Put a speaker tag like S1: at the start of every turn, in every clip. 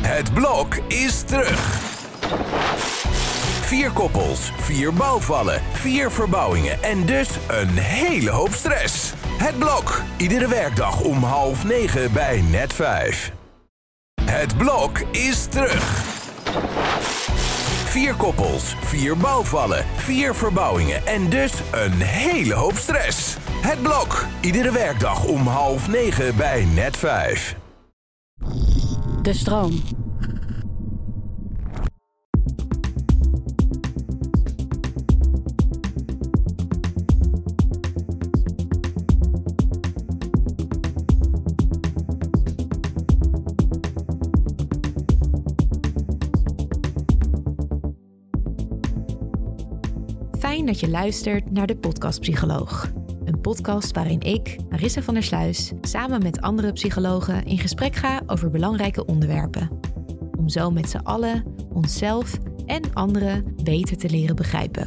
S1: Het blok is terug. 4 koppels, 4 bouwvallen, 4 verbouwingen en dus een hele hoop stress. Het blok, iedere werkdag om 8:30 bij Net5. Het blok is terug. 4 koppels, 4 bouwvallen, 4 verbouwingen en dus een hele hoop stress. Het blok, iedere werkdag om 8:30 bij Net5.
S2: De stroom.
S3: Fijn dat je luistert naar de Podcast Psycholoog. Een podcast waarin ik, Marissa van der Sluis, samen met andere psychologen in gesprek ga over belangrijke onderwerpen. Om zo met z'n allen, onszelf en anderen beter te leren begrijpen.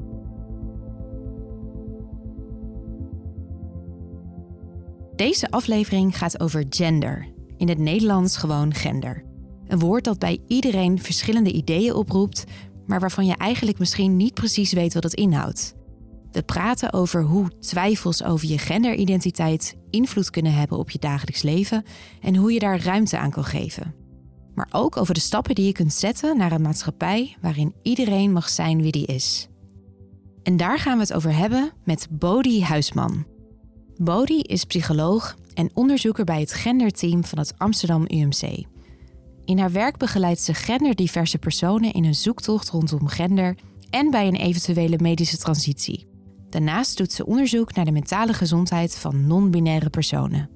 S3: Deze aflevering gaat over gender. In het Nederlands gewoon gender. Een woord dat bij iedereen verschillende ideeën oproept, maar waarvan je eigenlijk misschien niet precies weet wat het inhoudt. We praten over hoe twijfels over je genderidentiteit invloed kunnen hebben op je dagelijks leven en hoe je daar ruimte aan kan geven. Maar ook over de stappen die je kunt zetten naar een maatschappij waarin iedereen mag zijn wie die is. En daar gaan we het over hebben met Bodie Huisman. Bodie is psycholoog en onderzoeker bij het genderteam van het Amsterdam UMC. In haar werk begeleidt ze genderdiverse personen in een zoektocht rondom gender en bij een eventuele medische transitie. Daarnaast doet ze onderzoek naar de mentale gezondheid van non-binaire personen.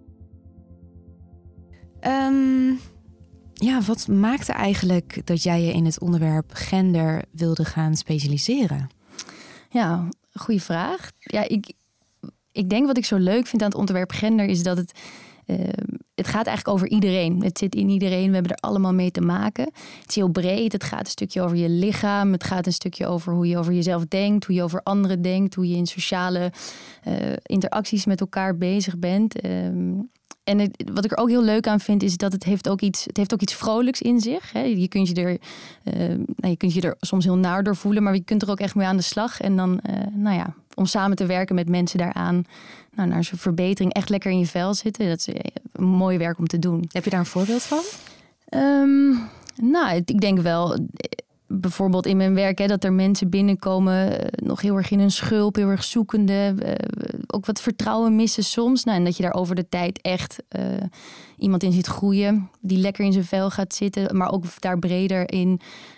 S3: Wat maakte eigenlijk dat jij je in het onderwerp gender wilde gaan specialiseren?
S4: Ja, goede vraag. Ja, ik denk wat ik zo leuk vind aan het onderwerp gender is dat het gaat eigenlijk over iedereen. Het zit in iedereen. We hebben er allemaal mee te maken. Het is heel breed. Het gaat een stukje over je lichaam. Het gaat een stukje over hoe je over jezelf denkt. Hoe je over anderen denkt. Hoe je in sociale interacties met elkaar bezig bent. En wat ik er ook heel leuk aan vind is dat het heeft ook iets vrolijks in zich. Hè. Je kunt je er soms heel naar door voelen. Maar je kunt er ook echt mee aan de slag. En dan, om samen te werken met mensen daaraan. Naar zo'n verbetering echt lekker in je vel zitten. Dat is een mooi werk om te doen.
S3: Heb je daar een voorbeeld van?
S4: Ik denk wel, bijvoorbeeld in mijn werk, dat er mensen binnenkomen, nog heel erg in hun schulp, heel erg zoekende, ook wat vertrouwen missen soms. En dat je daar over de tijd echt iemand in ziet groeien, die lekker in zijn vel gaat zitten, maar ook daar breder in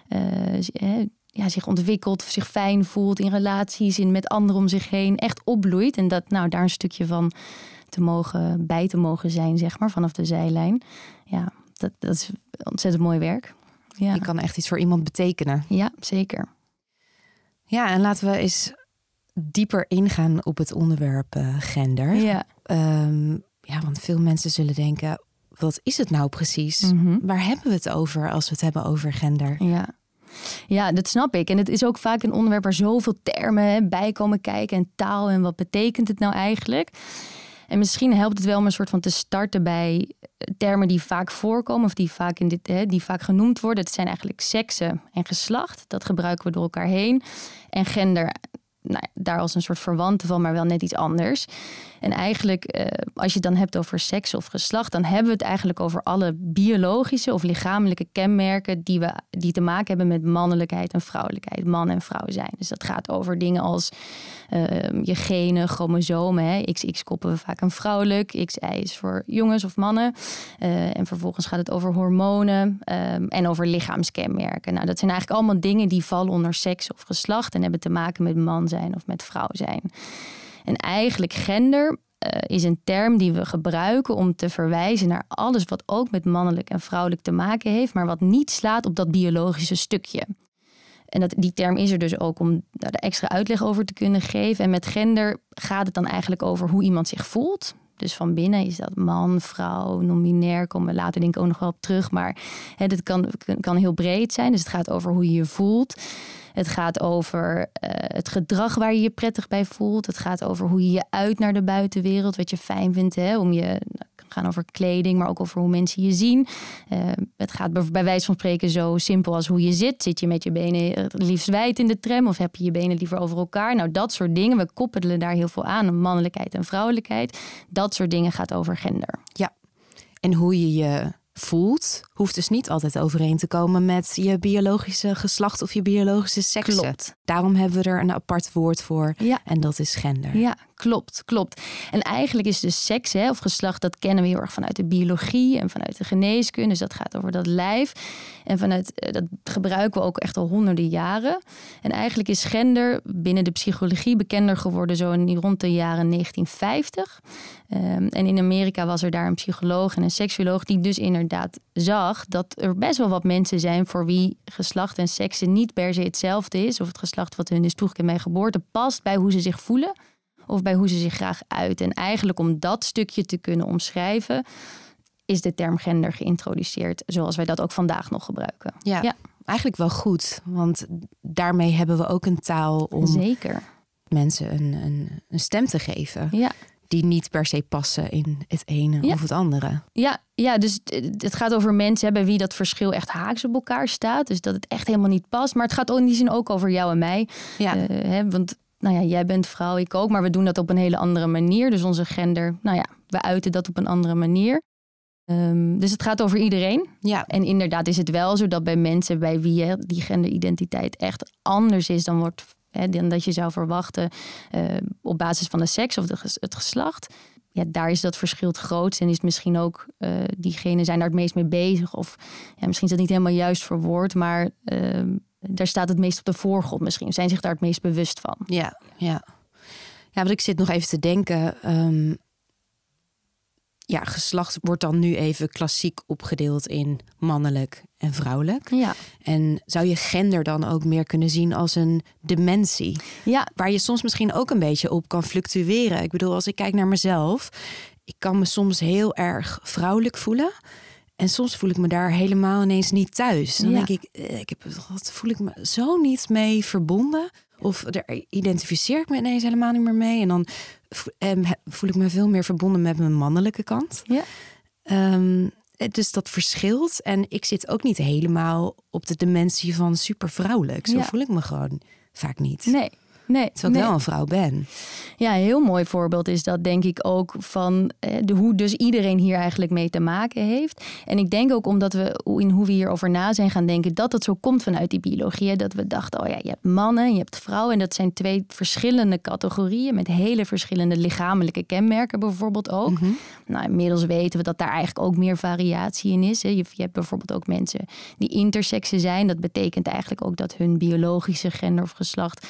S4: zich ontwikkelt, zich fijn voelt in relaties, met anderen om zich heen, echt opbloeit. En dat daar een stukje van bij te mogen zijn, zeg maar, vanaf de zijlijn. Ja, dat is ontzettend mooi werk. Ja.
S3: Je kan echt iets voor iemand betekenen.
S4: Ja, zeker.
S3: Ja, en laten we eens dieper ingaan op het onderwerp gender.
S4: Ja.
S3: Want veel mensen zullen denken, wat is het nou precies?
S4: Mm-hmm.
S3: Waar hebben we het over als we het hebben over gender?
S4: Ja, dat snap ik. En het is ook vaak een onderwerp waar zoveel termen bij komen kijken en taal en wat betekent het nou eigenlijk? En misschien helpt het wel om een soort van te starten bij termen die vaak voorkomen of die vaak genoemd worden. Het zijn eigenlijk seksen en geslacht. Dat gebruiken we door elkaar heen. En gender, daar als een soort verwante van, maar wel net iets anders. En eigenlijk, als je het dan hebt over seks of geslacht, dan hebben we het eigenlijk over alle biologische of lichamelijke kenmerken die te maken hebben met mannelijkheid en vrouwelijkheid, man en vrouw zijn. Dus dat gaat over dingen als je genen, chromosomen. XX koppelen we vaak aan vrouwelijk, XY is voor jongens of mannen. En vervolgens gaat het over hormonen en over lichaamskenmerken. Dat zijn eigenlijk allemaal dingen die vallen onder seks of geslacht en hebben te maken met man zijn of met vrouw zijn. En eigenlijk gender is een term die we gebruiken om te verwijzen naar alles wat ook met mannelijk en vrouwelijk te maken heeft, maar wat niet slaat op dat biologische stukje. En die term is er dus ook om daar de extra uitleg over te kunnen geven. En met gender gaat het dan eigenlijk over hoe iemand zich voelt. Dus van binnen is dat man, vrouw, non-binair, komen we later denk ik ook nog wel op terug. Maar dat kan heel breed zijn. Dus het gaat over hoe je je voelt. Het gaat over het gedrag waar je je prettig bij voelt. Het gaat over hoe je je uit naar de buitenwereld. Wat je fijn vindt, om je gaan over kleding, maar ook over hoe mensen je zien. Het gaat bij wijze van spreken zo simpel als hoe je zit. Zit je met je benen het liefst wijd in de tram of heb je je benen liever over elkaar? Nou, dat soort dingen. We koppelen daar heel veel aan mannelijkheid en vrouwelijkheid. Dat soort dingen gaat over gender.
S3: Ja, en hoe je je voelt, hoeft dus niet altijd overeen te komen met je biologische geslacht of je biologische seksen.
S4: Klopt.
S3: Daarom hebben we er een apart woord voor
S4: Ja.
S3: en dat is gender.
S4: Ja, klopt. En eigenlijk is dus seks of geslacht, dat kennen we heel erg vanuit de biologie en vanuit de geneeskunde. Dus dat gaat over dat lijf. En vanuit dat gebruiken we ook echt al honderden jaren. En eigenlijk is gender binnen de psychologie bekender geworden zo rond de jaren 1950. En in Amerika was er daar een psycholoog en een seksuoloog die dus inderdaad zag dat er best wel wat mensen zijn voor wie geslacht en seksen niet per se hetzelfde is. Of het geslacht wat hun is toegekend bij geboorte past bij hoe ze zich voelen of bij hoe ze zich graag uiten. En eigenlijk om dat stukje te kunnen omschrijven is de term gender geïntroduceerd zoals wij dat ook vandaag nog gebruiken.
S3: Ja. Eigenlijk wel goed, want daarmee hebben we ook een taal om
S4: Zeker.
S3: mensen een stem te geven.
S4: Ja.
S3: Die niet per se passen in het ene of het andere.
S4: Ja, dus het gaat over mensen bij wie dat verschil echt haaks op elkaar staat. Dus dat het echt helemaal niet past. Maar het gaat ook in die zin ook over jou en mij.
S3: Ja.
S4: Want jij bent vrouw, ik ook. Maar we doen dat op een hele andere manier. Dus onze gender, we uiten dat op een andere manier. Dus het gaat over iedereen.
S3: Ja.
S4: En inderdaad is het wel zo dat bij mensen bij wie die genderidentiteit echt anders is dan dan dat je zou verwachten op basis van de seks of het geslacht. Ja, daar is dat verschil het grootst. En is misschien ook diegenen zijn daar het meest mee bezig. Of misschien is dat niet helemaal juist verwoord. Maar daar staat het meest op de voorgrond misschien. Zijn zich daar het meest bewust van.
S3: Ja, want ik zit nog even te denken. Geslacht wordt dan nu even klassiek opgedeeld in mannelijk en vrouwelijk.
S4: Ja.
S3: En zou je gender dan ook meer kunnen zien als een dimensie?
S4: Ja.
S3: Waar je soms misschien ook een beetje op kan fluctueren. Ik bedoel, als ik kijk naar mezelf, ik kan me soms heel erg vrouwelijk voelen. En soms voel ik me daar helemaal ineens niet thuis. Dan denk ik, wat voel ik me zo niet mee verbonden? Of daar identificeer ik me ineens helemaal niet meer mee. En dan voel ik me veel meer verbonden met mijn mannelijke kant.
S4: Ja.
S3: Dus dat verschilt. En ik zit ook niet helemaal op de dimensie van super vrouwelijk. Zo voel ik me gewoon vaak niet.
S4: Nee.
S3: Terwijl ik wel een vrouw ben.
S4: Ja, een heel mooi voorbeeld is dat denk ik ook van hoe dus iedereen hier eigenlijk mee te maken heeft. En ik denk ook omdat we in hoe we hierover na zijn gaan denken dat het zo komt vanuit die biologie. Hè? Dat we dachten, je hebt mannen en je hebt vrouwen. En dat zijn twee verschillende categorieën met hele verschillende lichamelijke kenmerken bijvoorbeeld ook. Mm-hmm. Nou, inmiddels weten we dat daar eigenlijk ook meer variatie in is. Hè? Je hebt bijvoorbeeld ook mensen die intersexen zijn. Dat betekent eigenlijk ook dat hun biologische gender of geslacht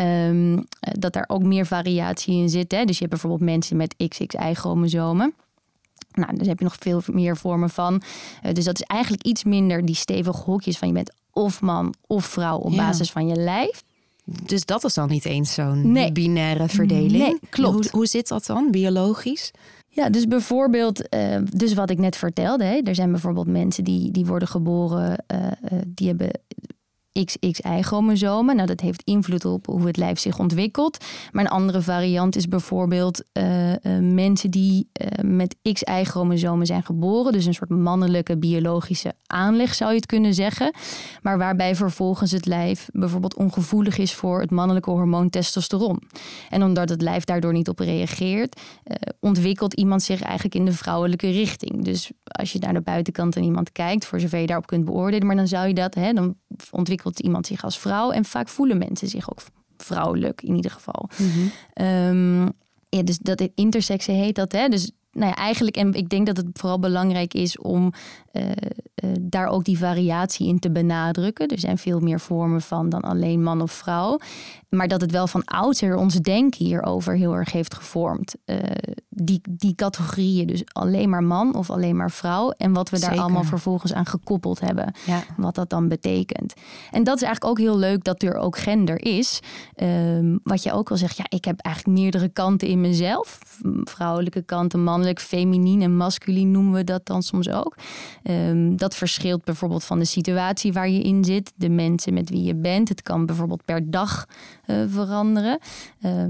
S4: dat daar ook meer variatie in zit. Hè? Dus je hebt bijvoorbeeld mensen met XXI-chromosomen. Nou, dus heb je nog veel meer vormen van. Dus dat is eigenlijk iets minder die stevige hokjes van je bent of man of vrouw op basis van je lijf.
S3: Dus dat is dan niet eens zo'n binaire verdeling?
S4: Nee, klopt.
S3: Hoe zit dat dan, biologisch?
S4: Ja, dus bijvoorbeeld, dus wat ik net vertelde. Hè, er zijn bijvoorbeeld mensen die worden geboren, die hebben XXI-chromosomen. Nou, dat heeft invloed op hoe het lijf zich ontwikkelt. Maar een andere variant is bijvoorbeeld mensen die met XY-chromosomen zijn geboren. Dus een soort mannelijke biologische aanleg zou je het kunnen zeggen. Maar waarbij vervolgens het lijf bijvoorbeeld ongevoelig is voor het mannelijke hormoon testosteron. En omdat het lijf daardoor niet op reageert, ontwikkelt iemand zich eigenlijk in de vrouwelijke richting. Dus als je naar de buitenkant aan iemand kijkt, voor zover je daarop kunt beoordelen, maar dan zou je dat, dan ontwikkelt iemand zich als vrouw. En vaak voelen mensen zich ook vrouwelijk in ieder geval. Mm-hmm. Dus dat intersexen heet dat. Hè? Dus eigenlijk, en ik denk dat het vooral belangrijk is om daar ook die variatie in te benadrukken. Er zijn veel meer vormen van dan alleen man of vrouw. Maar dat het wel van oudsher ons denken hierover heel erg heeft gevormd. Die categorieën, dus alleen maar man of alleen maar vrouw. En wat we daar allemaal vervolgens aan gekoppeld hebben. Ja. Wat dat dan betekent. En dat is eigenlijk ook heel leuk dat er ook gender is. Wat je ook al zegt, ik heb eigenlijk meerdere kanten in mezelf. Vrouwelijke kanten, mannelijk, feminien en masculien noemen we dat dan soms ook. Dat verschilt bijvoorbeeld van de situatie waar je in zit. De mensen met wie je bent. Het kan bijvoorbeeld per dag veranderen.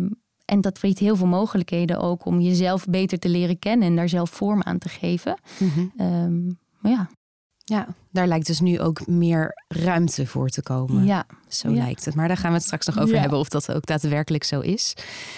S4: En dat biedt heel veel mogelijkheden ook om jezelf beter te leren kennen en daar zelf vorm aan te geven. Maar ja.
S3: Ja, daar lijkt dus nu ook meer ruimte voor te komen.
S4: Ja.
S3: Zo lijkt het. Maar daar gaan we het straks nog over hebben of dat ook daadwerkelijk zo is.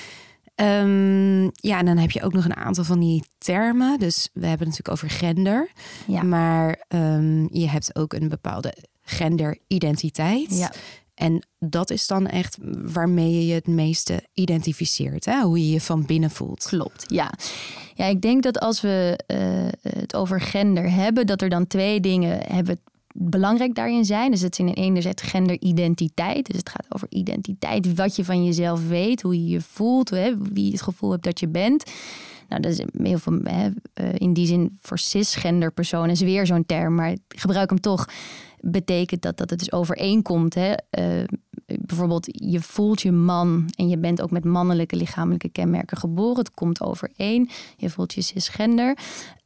S3: En dan heb je ook nog een aantal van die termen. Dus we hebben het natuurlijk over gender.
S4: Ja.
S3: Maar je hebt ook een bepaalde genderidentiteit.
S4: Ja.
S3: En dat is dan echt waarmee je je het meeste identificeert. Hè? Hoe je je van binnen voelt.
S4: Klopt, ja. Ja, ik denk dat als we het over gender hebben, dat er dan 2 dingen hebben belangrijk daarin zijn. Dus het is enerzijds genderidentiteit. Dus het gaat over identiteit, wat je van jezelf weet, hoe je je voelt, wie je het gevoel hebt dat je bent. Nou, dat is heel veel, in die zin voor cisgender personen is weer zo'n term, maar ik gebruik hem toch. Betekent dat het dus overeenkomt. Bijvoorbeeld, je voelt je man en je bent ook met mannelijke lichamelijke kenmerken geboren. Het komt overeen. Je voelt je cisgender.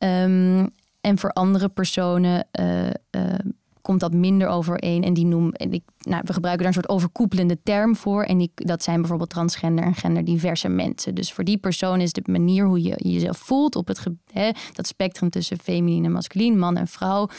S4: En voor andere personen komt dat minder overeen. En we gebruiken daar een soort overkoepelende term voor. En dat zijn bijvoorbeeld transgender en genderdiverse mensen. Dus voor die persoon is de manier hoe je jezelf voelt op dat spectrum tussen feminien en masculien, man en vrouw.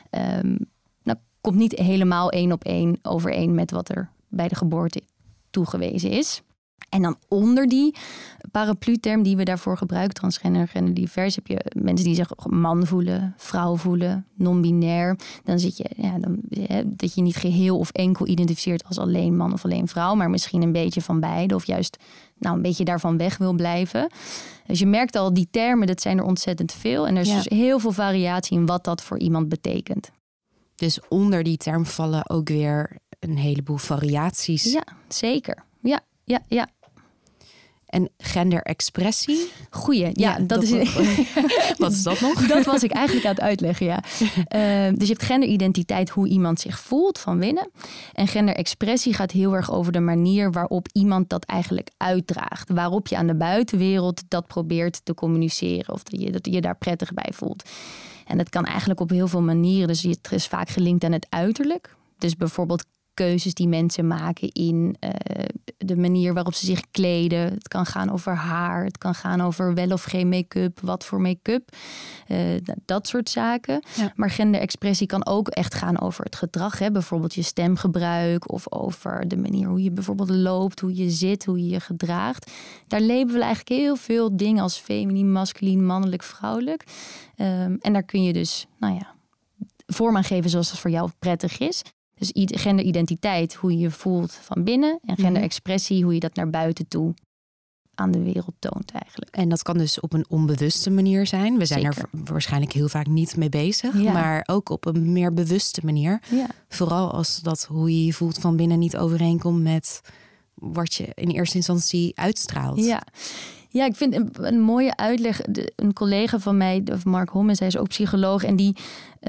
S4: Komt niet helemaal 1 op 1 overeen met wat er bij de geboorte toegewezen is. En dan onder die paraplu-term die we daarvoor gebruiken, transgender en genderdivers, heb je mensen die zich man voelen, vrouw voelen, non-binair. Dan zit je, dat je niet geheel of enkel identificeert als alleen man of alleen vrouw, maar misschien een beetje van beide of juist een beetje daarvan weg wil blijven. Dus je merkt al, die termen, dat zijn er ontzettend veel. En er is dus heel veel variatie in wat dat voor iemand betekent.
S3: Dus onder die term vallen ook weer een heleboel variaties.
S4: Ja, zeker. Ja.
S3: En genderexpressie?
S4: Goeie, dat is...
S3: Wat is dat nog?
S4: Dat was ik eigenlijk aan het uitleggen, ja. Dus je hebt genderidentiteit, hoe iemand zich voelt van binnen. En genderexpressie gaat heel erg over de manier waarop iemand dat eigenlijk uitdraagt. Waarop je aan de buitenwereld dat probeert te communiceren. Of dat je daar prettig bij voelt. En dat kan eigenlijk op heel veel manieren. Dus het is vaak gelinkt aan het uiterlijk. Dus bijvoorbeeld keuzes die mensen maken in de manier waarop ze zich kleden. Het kan gaan over haar. Het kan gaan over wel of geen make-up. Wat voor make-up. Dat soort zaken. Ja. Maar genderexpressie kan ook echt gaan over het gedrag. Bijvoorbeeld je stemgebruik. Of over de manier hoe je bijvoorbeeld loopt. Hoe je zit. Hoe je je gedraagt. Daar labelen we eigenlijk heel veel dingen als feminien, masculien, mannelijk, vrouwelijk. En daar kun je dus vorm aan geven zoals het voor jou prettig is. Dus genderidentiteit, hoe je je voelt van binnen. En genderexpressie, hoe je dat naar buiten toe aan de wereld toont eigenlijk.
S3: En dat kan dus op een onbewuste manier zijn. We zijn er waarschijnlijk heel vaak niet mee bezig. Ja. Maar ook op een meer bewuste manier. Ja. Vooral als dat hoe je je voelt van binnen niet overeenkomt met wat je in eerste instantie uitstraalt.
S4: Ja, ik vind een mooie uitleg. Een collega van mij, Mark Hommens, hij is ook psycholoog. En die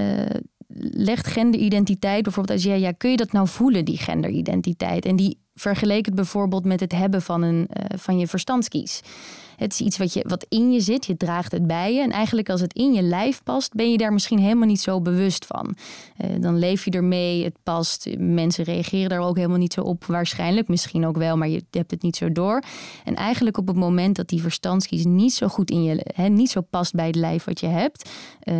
S4: legt genderidentiteit bijvoorbeeld als kun je dat nou voelen, die genderidentiteit? En die vergeleek het bijvoorbeeld met het hebben van je verstandskies. Het is iets wat in je zit, je draagt het bij je. En eigenlijk als het in je lijf past, ben je daar misschien helemaal niet zo bewust van. Dan leef je ermee, het past. Mensen reageren daar ook helemaal niet zo op. Waarschijnlijk, misschien ook wel, maar je hebt het niet zo door. En eigenlijk op het moment dat die verstandskies niet zo goed in je, niet zo past bij het lijf wat je hebt.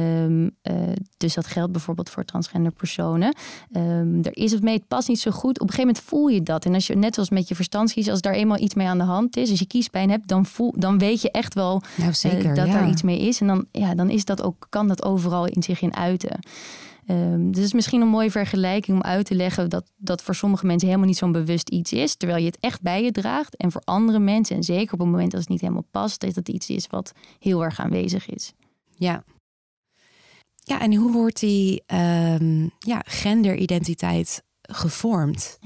S4: Dus dat geldt bijvoorbeeld voor transgender personen. Er is het mee, het past niet zo goed. Op een gegeven moment voel je dat. En als je net zoals met je verstandskies, als daar eenmaal iets mee aan de hand is, als je kiespijn hebt, dan weet je echt wel dat daar iets mee is. En dan is dat ook, kan dat overal in zich in uiten. Dus het is misschien een mooie vergelijking om uit te leggen dat voor sommige mensen helemaal niet zo'n bewust iets is, terwijl je het echt bij je draagt. En voor andere mensen, en zeker op het moment dat het niet helemaal past, dat het iets is wat heel erg aanwezig is.
S3: Ja. Ja, en hoe wordt die genderidentiteit gevormd?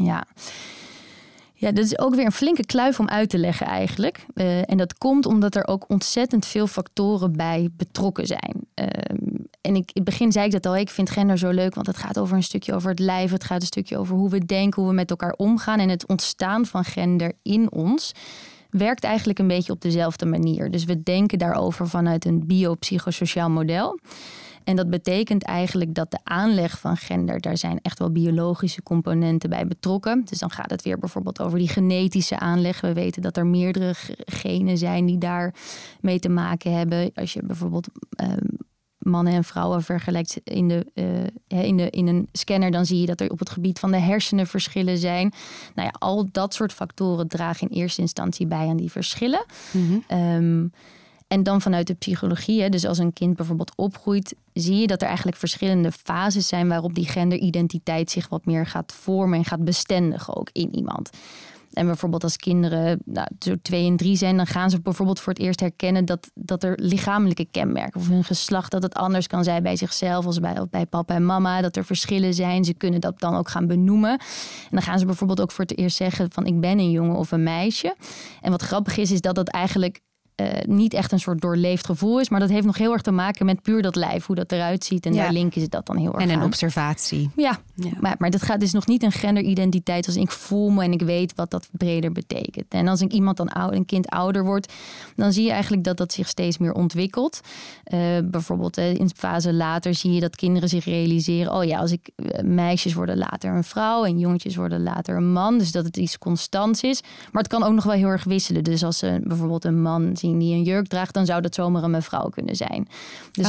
S4: Ja, dat is ook weer een flinke kluif om uit te leggen eigenlijk. En dat komt omdat er ook ontzettend veel factoren bij betrokken zijn. En in het begin zei ik dat al, ik vind gender zo leuk, want het gaat over een stukje over het lijf. Het gaat een stukje over hoe we denken, hoe we met elkaar omgaan. En het ontstaan van gender in ons werkt eigenlijk een beetje op dezelfde manier. Dus we denken daarover vanuit een biopsychosociaal model. En dat betekent eigenlijk dat de aanleg van gender, daar zijn echt wel biologische componenten bij betrokken. Dus dan gaat het weer bijvoorbeeld over die genetische aanleg. We weten dat er meerdere genen zijn die daar mee te maken hebben. Als je bijvoorbeeld mannen en vrouwen vergelijkt in een scanner, dan zie je dat er op het gebied van de hersenen verschillen zijn. Nou ja, al dat soort factoren dragen in eerste instantie bij aan die verschillen. Mm-hmm. En dan vanuit de psychologie, dus als een kind bijvoorbeeld opgroeit, zie je dat er eigenlijk verschillende fases zijn waarop die genderidentiteit zich wat meer gaat vormen en gaat bestendigen ook in iemand. En bijvoorbeeld als kinderen zo 2 en 3 zijn, dan gaan ze bijvoorbeeld voor het eerst herkennen dat er lichamelijke kenmerken of hun geslacht, dat het anders kan zijn bij zichzelf als bij papa en mama, dat er verschillen zijn. Ze kunnen dat dan ook gaan benoemen. En dan gaan ze bijvoorbeeld ook voor het eerst zeggen van ik ben een jongen of een meisje. En wat grappig is dat eigenlijk niet echt een soort doorleefd gevoel is, maar dat heeft nog heel erg te maken met puur dat lijf, hoe dat eruit ziet. En daar linken ze dat dan heel erg aan.
S3: En een observatie.
S4: Ja. Maar dat gaat dus nog niet een genderidentiteit als ik voel me en ik weet wat dat breder betekent. En als een kind ouder wordt, dan zie je eigenlijk dat zich steeds meer ontwikkelt. Bijvoorbeeld in fase later zie je dat kinderen zich realiseren, meisjes worden later een vrouw en jongetjes worden later een man. Dus dat het iets constants is. Maar het kan ook nog wel heel erg wisselen. Dus als ze bijvoorbeeld een man zien die een jurk draagt, dan zou dat zomaar een mevrouw kunnen zijn. Dus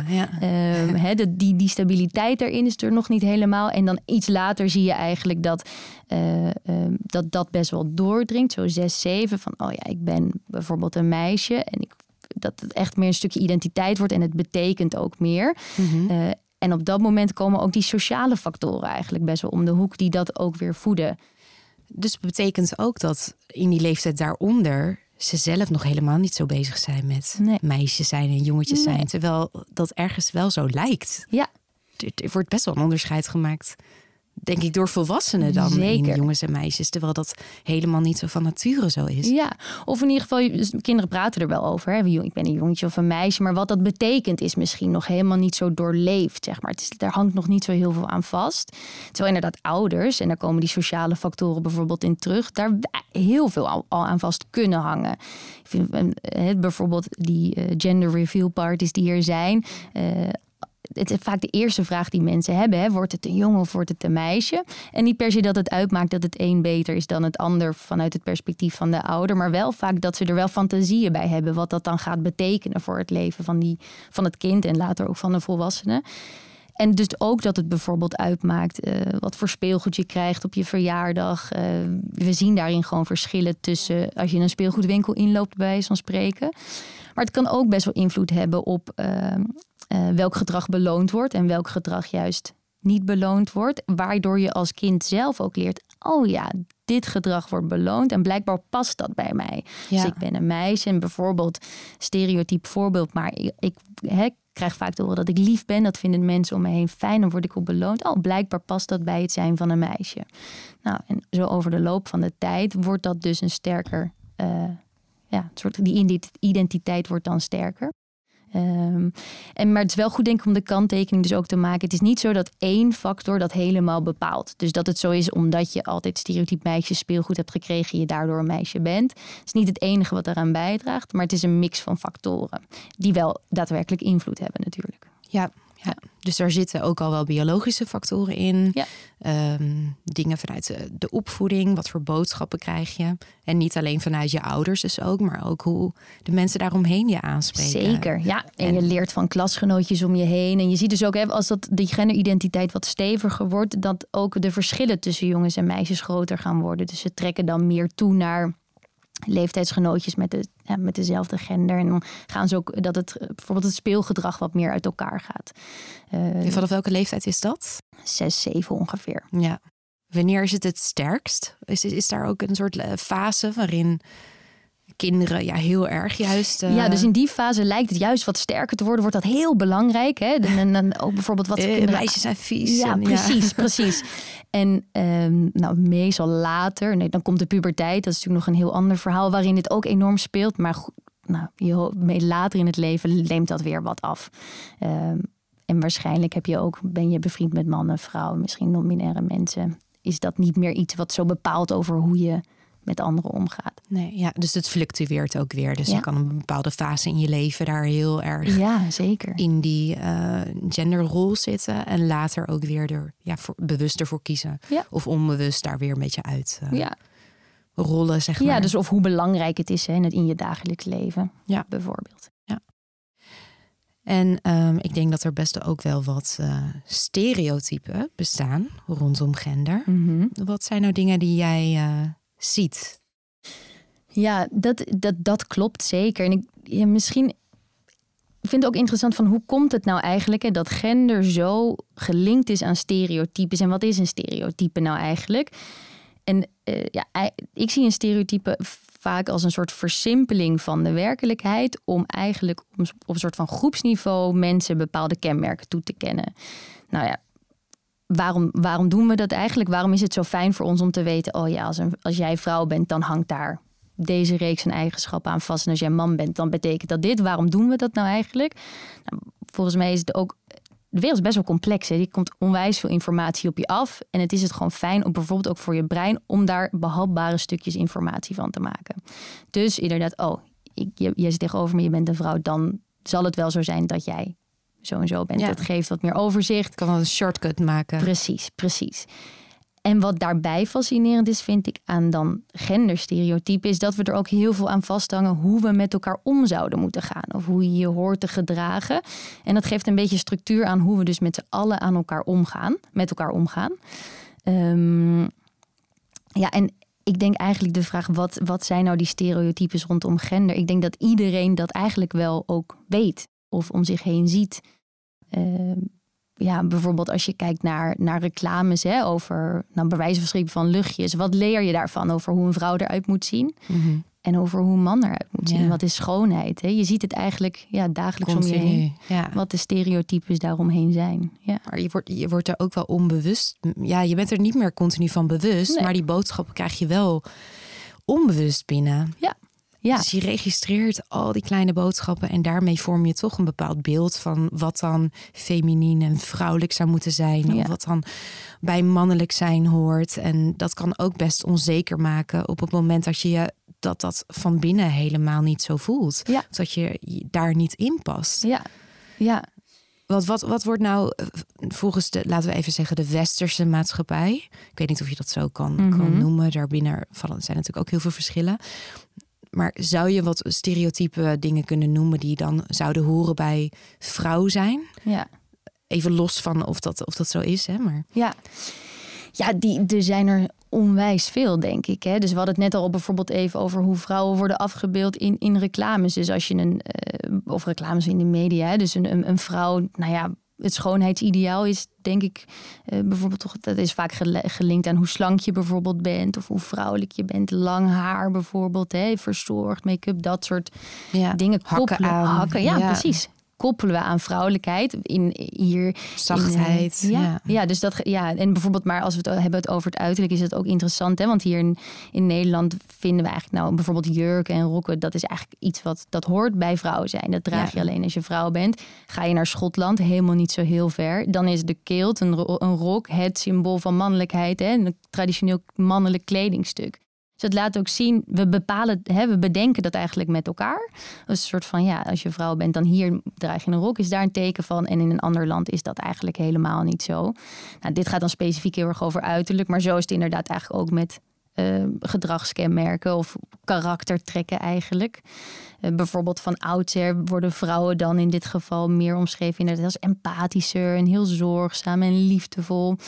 S4: die stabiliteit daarin is er nog niet helemaal. En dan iets later zie je eigenlijk dat best wel doordringt. Zo 6, 7 van ik ben bijvoorbeeld een meisje. En dat het echt meer een stukje identiteit wordt en het betekent ook meer. Mm-hmm. En op dat moment komen ook die sociale factoren eigenlijk best wel om de hoek die dat ook weer voeden.
S3: Dus betekent ook dat in die leeftijd daaronder ze zelf nog helemaal niet zo bezig zijn met meisjes zijn en jongetjes zijn. Terwijl dat ergens wel zo lijkt.
S4: Ja.
S3: Er wordt best wel een onderscheid gemaakt, denk ik, door volwassenen dan.
S4: Zeker.
S3: In jongens en meisjes. Terwijl dat helemaal niet zo van nature zo is.
S4: Ja, of in ieder geval, kinderen praten er wel over. Hè? Ik ben een jongetje of een meisje. Maar wat dat betekent is misschien nog helemaal niet zo doorleefd. Zeg maar. Daar hangt nog niet zo heel veel aan vast. Terwijl inderdaad ouders, en daar komen die sociale factoren bijvoorbeeld in terug, daar heel veel al aan vast kunnen hangen. Ik vind bijvoorbeeld die gender reveal parties die er zijn. Het is vaak de eerste vraag die mensen hebben. Hè? Wordt het een jongen of wordt het een meisje? En niet per se dat het uitmaakt dat het een beter is dan het ander vanuit het perspectief van de ouder. Maar wel vaak dat ze er wel fantasieën bij hebben. Wat dat dan gaat betekenen voor het leven van het kind en later ook van de volwassene. En dus ook dat het bijvoorbeeld uitmaakt wat voor speelgoed je krijgt op je verjaardag. We zien daarin gewoon verschillen tussen als je in een speelgoedwinkel inloopt, bij wijze van spreken. Maar het kan ook best wel invloed hebben op welk gedrag beloond wordt en welk gedrag juist niet beloond wordt. Waardoor je als kind zelf ook leert, dit gedrag wordt beloond en blijkbaar past dat bij mij. Ja. Dus ik ben een meisje en bijvoorbeeld, stereotyp voorbeeld, maar ik krijg vaak te horen dat ik lief ben. Dat vinden mensen om me heen fijn, dan word ik op beloond. Blijkbaar past dat bij het zijn van een meisje. Nou, en zo over de loop van de tijd wordt dat dus een sterker, die identiteit wordt dan sterker. Maar het is wel goed denk ik om de kanttekening dus ook te maken. Het is niet zo dat één factor dat helemaal bepaalt. Dus dat het zo is omdat je altijd stereotyp meisje speelgoed hebt gekregen, je daardoor een meisje bent. Het is niet het enige wat daaraan bijdraagt, maar het is een mix van factoren die wel daadwerkelijk invloed hebben natuurlijk.
S3: Ja. Dus daar zitten ook al wel biologische factoren in. Ja. Dingen vanuit de opvoeding. Wat voor boodschappen krijg je? En niet alleen vanuit je ouders dus ook. Maar ook hoe de mensen daaromheen je aanspreken.
S4: Zeker, ja. En je leert van klasgenootjes om je heen. En je ziet dus ook, als die genderidentiteit wat steviger wordt, dat ook de verschillen tussen jongens en meisjes groter gaan worden. Dus ze trekken dan meer toe naar leeftijdsgenootjes met dezelfde gender. En dan gaan ze ook dat het bijvoorbeeld het speelgedrag wat meer uit elkaar gaat.
S3: Vanaf welke leeftijd is dat?
S4: 6, 7 ongeveer.
S3: Ja. Wanneer is het sterkst? Is daar ook een soort fase waarin kinderen heel erg juist...
S4: Ja, dus in die fase lijkt het juist wat sterker te worden. Wordt dat heel belangrijk. Hè? En ook bijvoorbeeld wat
S3: meisjes zijn vies.
S4: Ja, precies. En meestal later, dan komt de puberteit. Dat is natuurlijk nog een heel ander verhaal waarin dit ook enorm speelt. Maar later in het leven neemt dat weer wat af. En waarschijnlijk ben je bevriend met mannen, vrouwen, misschien non-binaire mensen. Is dat niet meer iets wat zo bepaalt over hoe je met anderen omgaat.
S3: Nee, ja, dus het fluctueert ook weer. Dus je kan een bepaalde fase in je leven daar heel erg
S4: zeker.
S3: in die genderrol zitten. En later ook weer er bewust ervoor kiezen. Ja. Of onbewust daar weer een beetje uit rollen, zeg maar.
S4: Ja, dus of hoe belangrijk het is in je dagelijks leven, bijvoorbeeld.
S3: Ja. En ik denk dat er best ook wel wat stereotypen bestaan rondom gender. Mm-hmm. Wat zijn nou dingen die jij ziet?
S4: Ja, dat klopt zeker. En misschien... Ik vind het ook interessant van hoe komt het nou eigenlijk dat gender zo gelinkt is aan stereotypes. En wat is een stereotype nou eigenlijk? En ik zie een stereotype vaak als een soort versimpeling van de werkelijkheid om eigenlijk op een soort van groepsniveau mensen bepaalde kenmerken toe te kennen. Nou ja, waarom doen we dat eigenlijk? Waarom is het zo fijn voor ons om te weten, als jij vrouw bent, dan hangt daar deze reeks aan eigenschappen aan vast. En als jij man bent, dan betekent dat dit. Waarom doen we dat nou eigenlijk? Nou, volgens mij is het ook... De wereld is best wel complex. Er komt onwijs veel informatie op je af. En het is het gewoon fijn, bijvoorbeeld ook voor je brein, om daar behapbare stukjes informatie van te maken. Dus inderdaad, jij zit tegenover me, je bent een vrouw. Dan zal het wel zo zijn dat jij zo en zo bent. Ja. Dat geeft wat meer overzicht.
S3: Kan wel een shortcut maken.
S4: Precies. En wat daarbij fascinerend is, vind ik, aan dan genderstereotypen, is dat we er ook heel veel aan vasthangen hoe we met elkaar om zouden moeten gaan. Of hoe je je hoort te gedragen. En dat geeft een beetje structuur aan hoe we dus met z'n allen met elkaar omgaan. En ik denk eigenlijk de vraag, wat zijn nou die stereotypes rondom gender? Ik denk dat iedereen dat eigenlijk wel ook weet of om zich heen ziet. Bijvoorbeeld als je kijkt naar reclames over, bij wijze van spreken van luchtjes. Wat leer je daarvan over hoe een vrouw eruit moet zien? Mm-hmm. En over hoe een man eruit moet zien. Wat is schoonheid? Hè? Je ziet het eigenlijk dagelijks om je heen. Ja. Wat de stereotypes daaromheen zijn. Ja.
S3: Maar je wordt er ook wel onbewust. Ja, je bent er niet meer continu van bewust. Nee. Maar die boodschappen krijg je wel onbewust binnen. Ja. Dus je registreert al die kleine boodschappen en daarmee vorm je toch een bepaald beeld van wat dan feminien en vrouwelijk zou moeten zijn. Ja. Of wat dan bij mannelijk zijn hoort. En dat kan ook best onzeker maken op het moment dat je dat van binnen helemaal niet zo voelt. Ja. Of dat je daar niet in past. Ja. Wat wordt nou volgens laten we even zeggen, de westerse maatschappij? Ik weet niet of je dat zo kan noemen. Daarbinnen zijn natuurlijk ook heel veel verschillen. Maar zou je wat stereotype dingen kunnen noemen die dan zouden horen bij vrouw zijn? Ja. Even los van of dat zo is, hè? Maar... Ja,
S4: er zijn er onwijs veel, denk ik. Hè? Dus we hadden het net al bijvoorbeeld even over hoe vrouwen worden afgebeeld in reclames. Dus als je of reclames in de media, hè? Dus een vrouw, het schoonheidsideaal is, denk ik, bijvoorbeeld toch, dat is vaak gelinkt aan hoe slank je bijvoorbeeld bent of hoe vrouwelijk je bent. Lang haar bijvoorbeeld, verzorgd, make-up, dat soort dingen. Hakken, precies. Koppelen we aan vrouwelijkheid
S3: zachtheid.
S4: Dus dat en bijvoorbeeld, maar als we het hebben over het uiterlijk, is het ook interessant, hè? Want hier in Nederland vinden we eigenlijk bijvoorbeeld jurken en rokken, dat is eigenlijk iets dat hoort bij vrouwen zijn. Dat draag je alleen als je vrouw bent. Ga je naar Schotland, helemaal niet zo heel ver, dan is de kilt, een rok, het symbool van mannelijkheid, hè? Een traditioneel mannelijk kledingstuk. Dus het laat ook zien, we bedenken dat eigenlijk met elkaar. Dus een soort van, als je vrouw bent, dan hier draag je een rok, is daar een teken van. En in een ander land is dat eigenlijk helemaal niet zo. Nou, dit gaat dan specifiek heel erg over uiterlijk, maar zo is het inderdaad eigenlijk ook met gedragskenmerken of karaktertrekken eigenlijk. Bijvoorbeeld van oudsher worden vrouwen dan in dit geval meer omschreven inderdaad als empathischer en heel zorgzaam en liefdevol.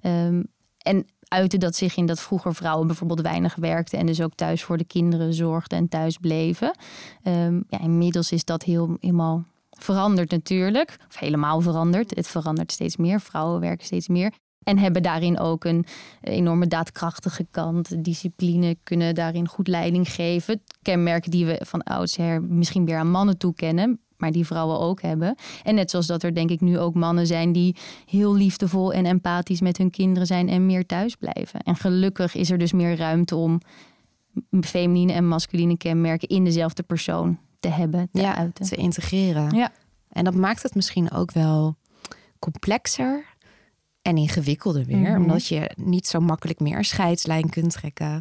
S4: En uitte dat zich in dat vroeger vrouwen bijvoorbeeld weinig werkten en dus ook thuis voor de kinderen zorgden en thuis bleven. Inmiddels is dat helemaal veranderd natuurlijk. Of helemaal veranderd. Het verandert steeds meer. Vrouwen werken steeds meer. En hebben daarin ook een enorme daadkrachtige kant. Discipline, kunnen daarin goed leiding geven. Kenmerken die we van oudsher misschien weer aan mannen toekennen, maar die vrouwen ook hebben. En net zoals dat er denk ik nu ook mannen zijn die heel liefdevol en empathisch met hun kinderen zijn en meer thuis blijven. En gelukkig is er dus meer ruimte om feminine en masculine kenmerken in dezelfde persoon te hebben, te uiten.
S3: Te integreren. Ja. En dat maakt het misschien ook wel complexer en ingewikkelder weer. Mm-hmm. Omdat je niet zo makkelijk meer scheidslijn kunt trekken.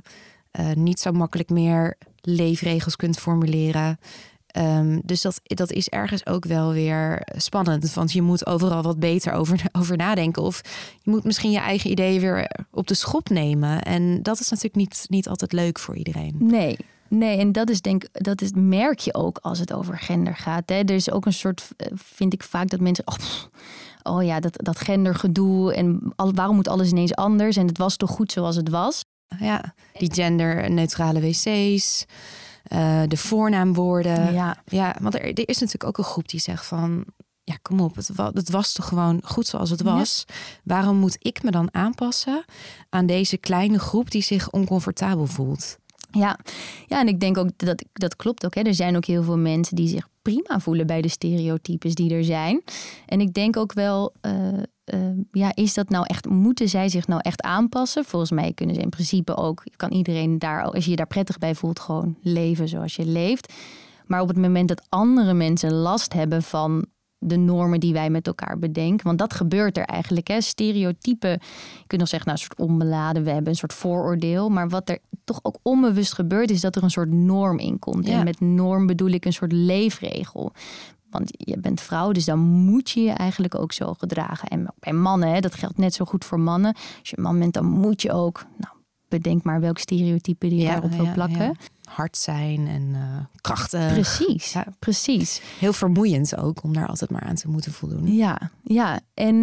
S3: niet zo makkelijk meer leefregels kunt formuleren. Dus dat is ergens ook wel weer spannend. Want je moet overal wat beter over nadenken. Of je moet misschien je eigen ideeën weer op de schop nemen. En dat is natuurlijk niet altijd leuk voor iedereen.
S4: Nee, en dat merk je ook als het over gender gaat. Hè. Er is ook een soort, vind ik vaak dat mensen... Oh ja, dat gendergedoe. En waarom moet alles ineens anders? En het was toch goed zoals het was?
S3: Ja, die genderneutrale wc's... de voornaamwoorden. Ja, want er is natuurlijk ook een groep die zegt van... ja, kom op, het was toch gewoon goed zoals het was. Ja. Waarom moet ik me dan aanpassen aan deze kleine groep die zich oncomfortabel voelt?
S4: Ja, en ik denk ook dat klopt ook. Hè. Er zijn ook heel veel mensen die zich prima voelen bij de stereotypes die er zijn. En ik denk ook wel... is dat nou echt, moeten zij zich nou echt aanpassen? Volgens mij kunnen ze in principe ook, kan iedereen daar, als je je daar prettig bij voelt, gewoon leven zoals je leeft. Maar op het moment dat andere mensen last hebben van de normen die wij met elkaar bedenken, want dat gebeurt er eigenlijk. Hè? Stereotypen, je kunt nog zeggen, nou, een soort onbeladen, we hebben een soort vooroordeel. Maar wat er toch ook onbewust gebeurt, is dat er een soort norm in komt. Ja. En met norm bedoel ik een soort leefregel. Want je bent vrouw, dus dan moet je je eigenlijk ook zo gedragen. En bij mannen, hè, dat geldt net zo goed voor mannen. Als je man bent, dan moet je ook... Nou, bedenk maar welk stereotype die je daarop wil plakken. Ja.
S3: Hard zijn en krachtig.
S4: Precies, ja. Precies.
S3: Heel vermoeiend ook, om daar altijd maar aan te moeten voldoen.
S4: Ja.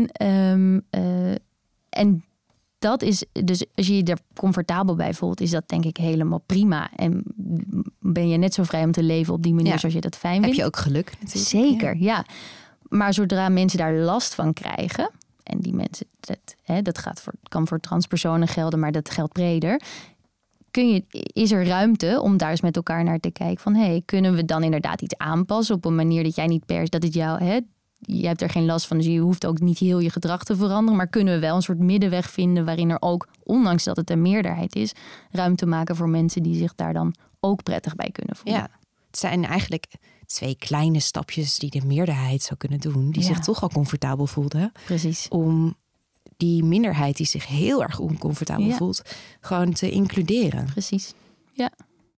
S4: En dat is, dus als je je er comfortabel bij voelt, is dat denk ik helemaal prima. En ben je net zo vrij om te leven op die manier zoals je dat fijn vindt.
S3: Heb je ook geluk natuurlijk.
S4: Zeker, ja. Maar zodra mensen daar last van krijgen, en die mensen, kan voor transpersonen gelden, maar dat geldt breder. Is er ruimte om daar eens met elkaar naar te kijken van, kunnen we dan inderdaad iets aanpassen op een manier dat jij niet dat het jou... Je hebt er geen last van, dus je hoeft ook niet heel je gedrag te veranderen. Maar kunnen we wel een soort middenweg vinden waarin er ook, ondanks dat het een meerderheid is, ruimte maken voor mensen die zich daar dan ook prettig bij kunnen voelen.
S3: Ja, het zijn eigenlijk 2 kleine stapjes die de meerderheid zou kunnen doen, die zich toch al comfortabel voelt. Hè?
S4: Precies.
S3: Om die minderheid die zich heel erg oncomfortabel voelt, gewoon te includeren.
S4: Precies, ja.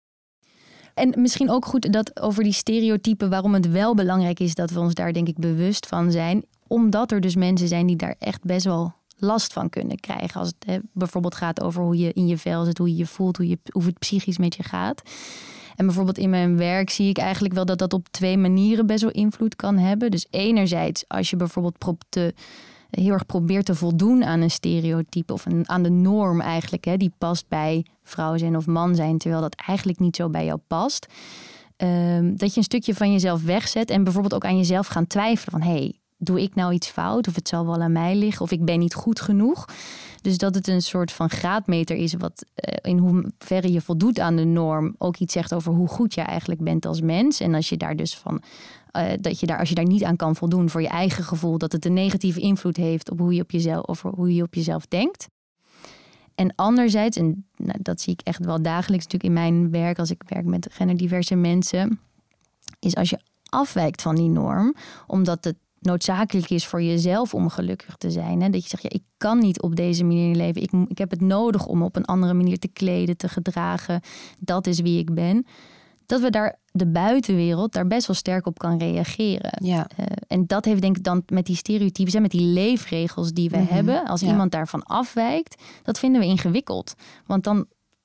S4: En misschien ook goed dat over die stereotypen, waarom het wel belangrijk is dat we ons daar denk ik bewust van zijn. Omdat er dus mensen zijn die daar echt best wel last van kunnen krijgen. Als het bijvoorbeeld gaat over hoe je in je vel zit, hoe je je voelt, hoe het psychisch met je gaat. En bijvoorbeeld in mijn werk zie ik eigenlijk wel dat op 2 manieren best wel invloed kan hebben. Dus enerzijds als je bijvoorbeeld heel erg probeert te voldoen aan een stereotype of aan de norm eigenlijk, die past bij vrouw zijn of man zijn, terwijl dat eigenlijk niet zo bij jou past. Dat je een stukje van jezelf wegzet en bijvoorbeeld ook aan jezelf gaan twijfelen van, doe ik nou iets fout of het zal wel aan mij liggen of ik ben niet goed genoeg. Dus dat het een soort van graadmeter is wat in hoeverre je voldoet aan de norm ook iets zegt over hoe goed je eigenlijk bent als mens. En als je daar dus van als je daar niet aan kan voldoen voor je eigen gevoel, dat het een negatieve invloed heeft op hoe je op jezelf denkt. En anderzijds, en dat zie ik echt wel dagelijks natuurlijk in mijn werk als ik werk met genderdiverse mensen, is als je afwijkt van die norm, omdat het noodzakelijk is voor jezelf om gelukkig te zijn. Hè? Dat je zegt, ik kan niet op deze manier leven. Ik heb het nodig om op een andere manier te kleden, te gedragen. Dat is wie ik ben. Dat we daar, de buitenwereld, daar best wel sterk op kan reageren. Ja. En dat heeft denk ik dan met die stereotypes en met die leefregels die we hebben. Als iemand daarvan afwijkt, dat vinden we ingewikkeld. Want dan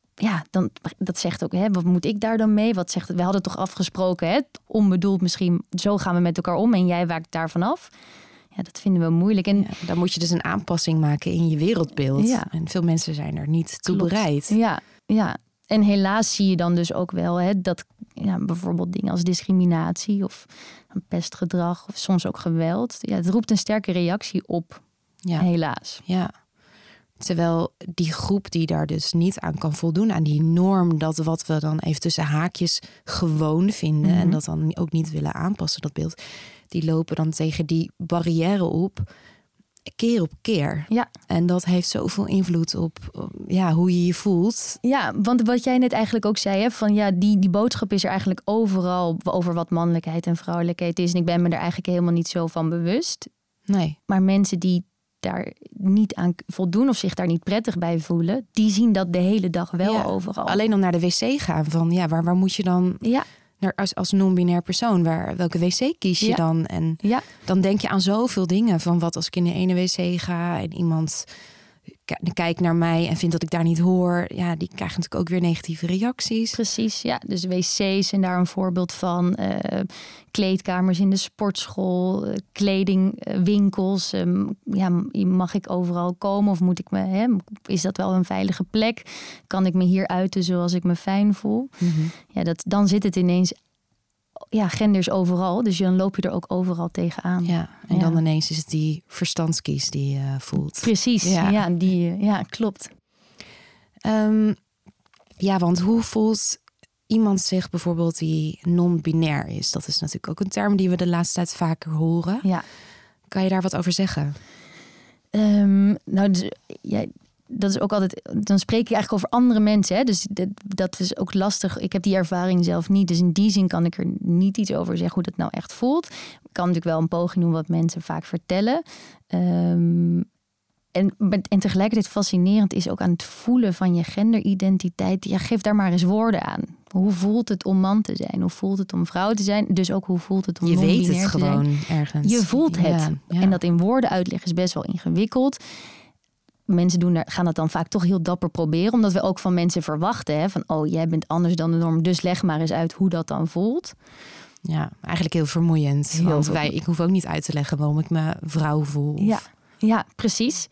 S4: dat zegt ook, wat moet ik daar dan mee? We hadden toch afgesproken, onbedoeld misschien, zo gaan we met elkaar om en jij wijkt daarvan af. Ja, dat vinden we moeilijk. En
S3: dan moet je dus een aanpassing maken in je wereldbeeld. Ja. En veel mensen zijn er niet toe bereid.
S4: Ja. En helaas zie je dan dus ook wel dat bijvoorbeeld dingen als discriminatie of pestgedrag of soms ook geweld. Ja, het roept een sterke reactie op, helaas.
S3: Ja. Terwijl die groep die daar dus niet aan kan voldoen, aan die norm, dat wat we dan even tussen haakjes gewoon vinden en dat dan ook niet willen aanpassen, dat beeld, die lopen dan tegen die barrière op, keer op keer. Ja. En dat heeft zoveel invloed op hoe je je voelt.
S4: Ja, want wat jij net eigenlijk ook zei, van die boodschap is er eigenlijk overal over wat mannelijkheid en vrouwelijkheid is. En ik ben me er eigenlijk helemaal niet zo van bewust.
S3: Nee.
S4: Maar mensen die daar niet aan voldoen of zich daar niet prettig bij voelen, die zien dat de hele dag wel overal.
S3: Alleen om naar de wc gaan van waar moet je dan als non-binair persoon, welke wc kies je dan? En dan denk je aan zoveel dingen van wat als ik in de ene wc ga en iemand kijkt naar mij en vindt dat ik daar niet hoor. Ja, die krijgen natuurlijk ook weer negatieve reacties.
S4: Precies, ja. Dus wc's zijn daar een voorbeeld van. Kleedkamers in de sportschool, kledingwinkels. Mag ik overal komen of moet ik is dat wel een veilige plek? Kan ik me hier uiten zoals ik me fijn voel? Mm-hmm. Ja, dan zit het ineens. Ja, gender is overal, dus dan loop je er ook overal tegenaan.
S3: Ja, en dan ineens is het die verstandskies die je voelt.
S4: Precies, klopt.
S3: Want hoe voelt iemand zich bijvoorbeeld die non-binair is? Dat is natuurlijk ook een term die we de laatste tijd vaker horen. Ja. Kan je daar wat over zeggen?
S4: Dat is ook altijd. Dan spreek ik eigenlijk over andere mensen. Hè? Dus dat is ook lastig. Ik heb die ervaring zelf niet. Dus in die zin kan ik er niet iets over zeggen hoe dat nou echt voelt. Ik kan natuurlijk wel een poging doen wat mensen vaak vertellen. En tegelijkertijd fascinerend is ook aan het voelen van je genderidentiteit. Ja, geef daar maar eens woorden aan. Hoe voelt het om man te zijn? Hoe voelt het om vrouw te zijn? Dus ook hoe voelt het om non-binair te zijn?
S3: Je weet het gewoon ergens.
S4: Je voelt het. Ja. En dat in woorden uitleggen is best wel ingewikkeld. Mensen gaan dat dan vaak toch heel dapper proberen. Omdat we ook van mensen verwachten. Van, jij bent anders dan de norm. Dus leg maar eens uit hoe dat dan voelt.
S3: Ja, eigenlijk heel vermoeiend. Ik hoef ook niet uit te leggen waarom ik me vrouw voel.
S4: Ja, precies.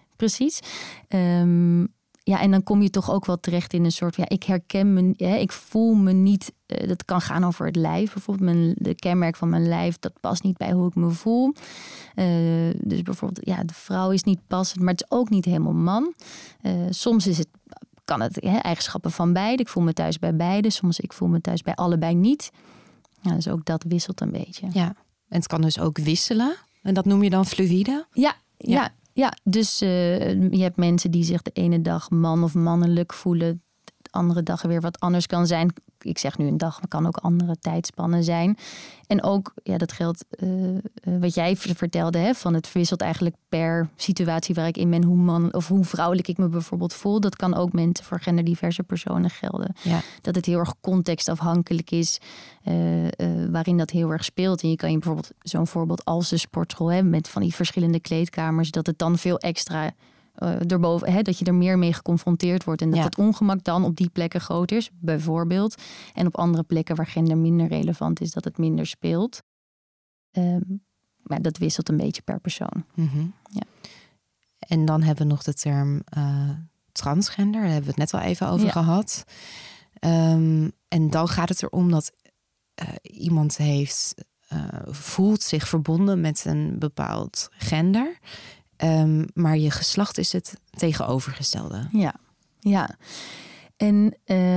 S4: En dan kom je toch ook wel terecht in een soort. Ja, ik herken me. Ik voel me niet. Dat kan gaan over het lijf. Bijvoorbeeld de kenmerk van mijn lijf. Dat past niet bij hoe ik me voel. Dus bijvoorbeeld, de vrouw is niet passend. Maar het is ook niet helemaal man. Soms kan het eigenschappen van beide. Ik voel me thuis bij beide. Soms ik voel me thuis bij allebei niet. Ja, dus ook dat wisselt een beetje.
S3: Ja, en het kan dus ook wisselen. En dat noem je dan fluïde?
S4: Ja, dus je hebt mensen die zich de ene dag man of mannelijk voelen. De andere dag weer wat anders kan zijn. Ik zeg nu een dag, maar kan ook andere tijdspannen zijn. En ook, dat geldt wat jij vertelde, van het wisselt eigenlijk per situatie waar ik in ben, hoe man of hoe vrouwelijk ik me bijvoorbeeld voel. Dat kan ook mensen voor genderdiverse personen gelden. Ja. Dat het heel erg contextafhankelijk is, waarin dat heel erg speelt. En je kan je bijvoorbeeld zo'n voorbeeld als de sportschool hebben met van die verschillende kleedkamers, dat het dan veel extra erboven, dat je er meer mee geconfronteerd wordt en dat het ongemak dan op die plekken groot is, bijvoorbeeld. En op andere plekken waar gender minder relevant is, dat het minder speelt. Maar dat wisselt een beetje per persoon.
S3: Mm-hmm. Ja. En dan hebben we nog de term transgender. Daar hebben we het net al even over gehad. En dan gaat het erom dat iemand voelt zich verbonden met een bepaald gender. Maar je geslacht is het tegenovergestelde.
S4: Ja. En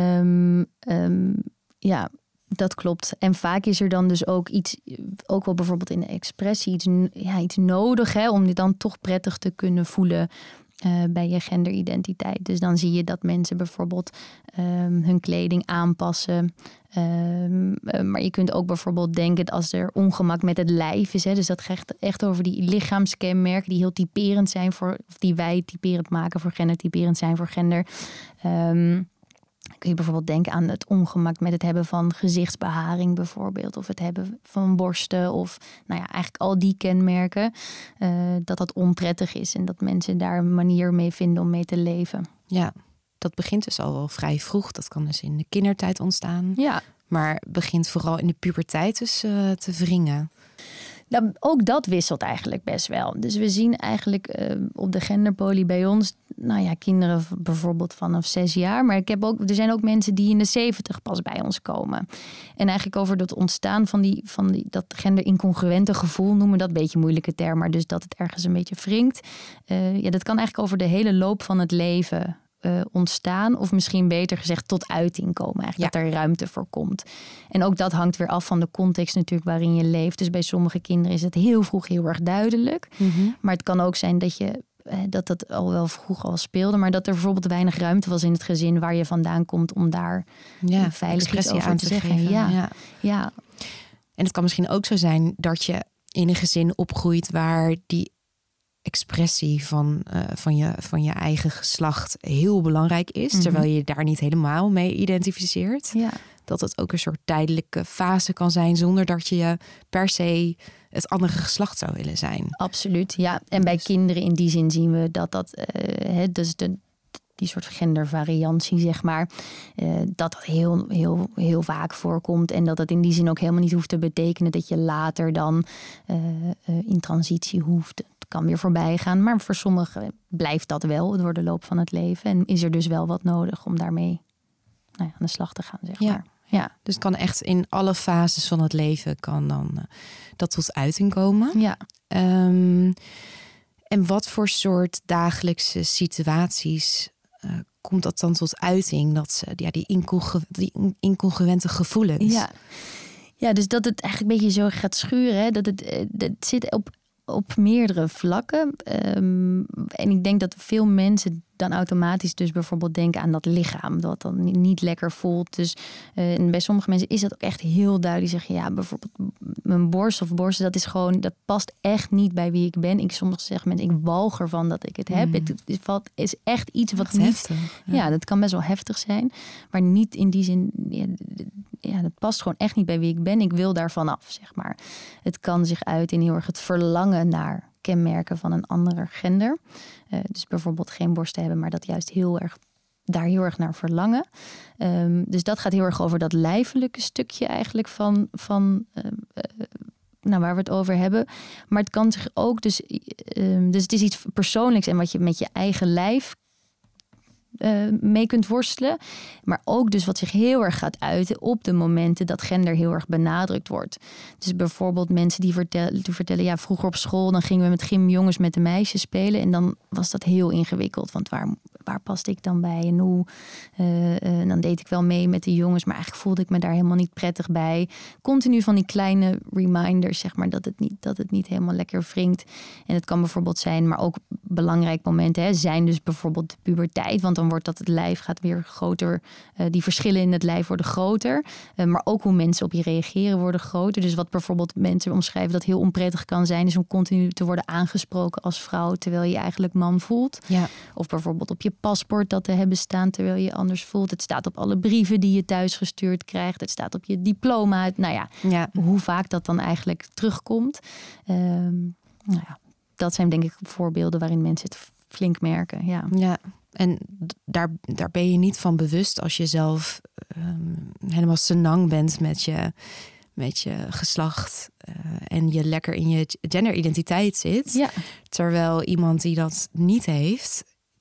S4: dat klopt. En vaak is er dan dus ook iets, ook wel bijvoorbeeld in de expressie, iets nodig om dit dan toch prettig te kunnen voelen bij je genderidentiteit. Dus dan zie je dat mensen bijvoorbeeld hun kleding aanpassen. Maar je kunt ook bijvoorbeeld denken als er ongemak met het lijf is. Dus dat gaat echt over die lichaamskenmerken die heel typerend zijn of die wij typerend maken voor gender, typerend zijn voor gender. Kun je bijvoorbeeld denken aan het ongemak met het hebben van gezichtsbeharing bijvoorbeeld. Of het hebben van borsten. Of eigenlijk al die kenmerken. Dat onprettig is. En dat mensen daar een manier mee vinden om mee te leven.
S3: Ja, dat begint dus al wel vrij vroeg. Dat kan dus in de kindertijd ontstaan. Ja. Maar begint vooral in de puberteit dus te wringen.
S4: Nou, ook dat wisselt eigenlijk best wel. Dus we zien eigenlijk op de genderpolie bij ons, kinderen bijvoorbeeld vanaf 6 jaar. Maar er zijn ook mensen die in de 70 pas bij ons komen. En eigenlijk over het ontstaan van dat genderincongruente gevoel, noemen we dat een beetje moeilijke term, maar dus dat het ergens een beetje wringt. Dat kan eigenlijk over de hele loop van het leven ontstaan. Of misschien beter gezegd tot uiting komen. Eigenlijk dat er ruimte voor komt. En ook dat hangt weer af van de context natuurlijk waarin je leeft. Dus bij sommige kinderen is het heel vroeg heel erg duidelijk. Mm-hmm. Maar het kan ook zijn dat al wel vroeg al speelde. Maar dat er bijvoorbeeld weinig ruimte was in het gezin waar je vandaan komt om daar veilig iets over te zeggen. Ja.
S3: En het kan misschien ook zo zijn dat je in een gezin opgroeit waar die expressie van je eigen geslacht heel belangrijk is. Terwijl je daar niet helemaal mee identificeert.
S4: Ja.
S3: Dat het ook een soort tijdelijke fase kan zijn zonder dat je per se het andere geslacht zou willen zijn.
S4: Absoluut, ja. En bij kinderen in die zin zien we dus die soort gendervariantie, zeg maar, dat heel, heel, heel vaak voorkomt. En dat het in die zin ook helemaal niet hoeft te betekenen dat je later dan in transitie hoeft. Het kan weer voorbij gaan. Maar voor sommigen blijft dat wel door de loop van het leven. En is er dus wel wat nodig om daarmee aan de slag te gaan, zeg maar. Ja.
S3: Dus het kan echt in alle fases van het leven kan dan dat tot uiting komen.
S4: Ja.
S3: En wat voor soort dagelijkse situaties komt dat dan tot uiting? Dat die incongruente gevoelens.
S4: Ja, dus dat het eigenlijk een beetje zo gaat schuren. Hè? Dat het zit op meerdere vlakken. En ik denk dat veel mensen dan automatisch dus bijvoorbeeld denken aan dat lichaam dat dan niet lekker voelt. Dus bij sommige mensen is dat ook echt heel duidelijk. Die zeggen, ja, bijvoorbeeld mijn borst of borsten, dat past echt niet bij wie ik ben. Soms zeggen mensen, ik walg ervan dat ik het heb. Het is echt iets wat
S3: echt
S4: niet...
S3: Heftig.
S4: Ja, dat kan best wel heftig zijn. Maar niet in die zin... Ja, dat past gewoon echt niet bij wie ik ben. Ik wil daarvan af, zeg maar. Het kan zich uit in heel erg het verlangen naar kenmerken van een andere gender. Dus bijvoorbeeld geen borsten hebben, maar dat juist heel erg naar verlangen. Dus dat gaat heel erg over dat lijfelijke stukje eigenlijk van waar we het over hebben. Maar het kan zich ook dus het is iets persoonlijks en wat je met je eigen lijf mee kunt worstelen. Maar ook dus wat zich heel erg gaat uiten op de momenten dat gender heel erg benadrukt wordt. Dus bijvoorbeeld mensen die vertellen, ja, vroeger op school dan gingen we met gymjongens met de meisjes spelen en dan was dat heel ingewikkeld. Want waar paste ik dan bij en hoe? Dan deed ik wel mee met de jongens, maar eigenlijk voelde ik me daar helemaal niet prettig bij. Continu van die kleine reminders, zeg maar, dat het niet helemaal lekker wringt. En het kan bijvoorbeeld zijn, maar ook belangrijk momenten zijn dus bijvoorbeeld de puberteit, want dan wordt dat het lijf gaat weer groter. Die verschillen in het lijf worden groter. Maar ook hoe mensen op je reageren worden groter. Dus wat bijvoorbeeld mensen omschrijven dat heel onprettig kan zijn, is om continu te worden aangesproken als vrouw terwijl je eigenlijk man voelt.
S3: Ja.
S4: Of bijvoorbeeld op je paspoort dat te hebben staan terwijl je anders voelt. Het staat op alle brieven die je thuis gestuurd krijgt. Het staat op je diploma. Hoe vaak dat dan eigenlijk terugkomt. Dat zijn denk ik voorbeelden waarin mensen het flink merken. Ja.
S3: En daar ben je niet van bewust als je zelf helemaal senang bent met je geslacht en je lekker in je genderidentiteit zit. Ja. Terwijl iemand die dat niet heeft,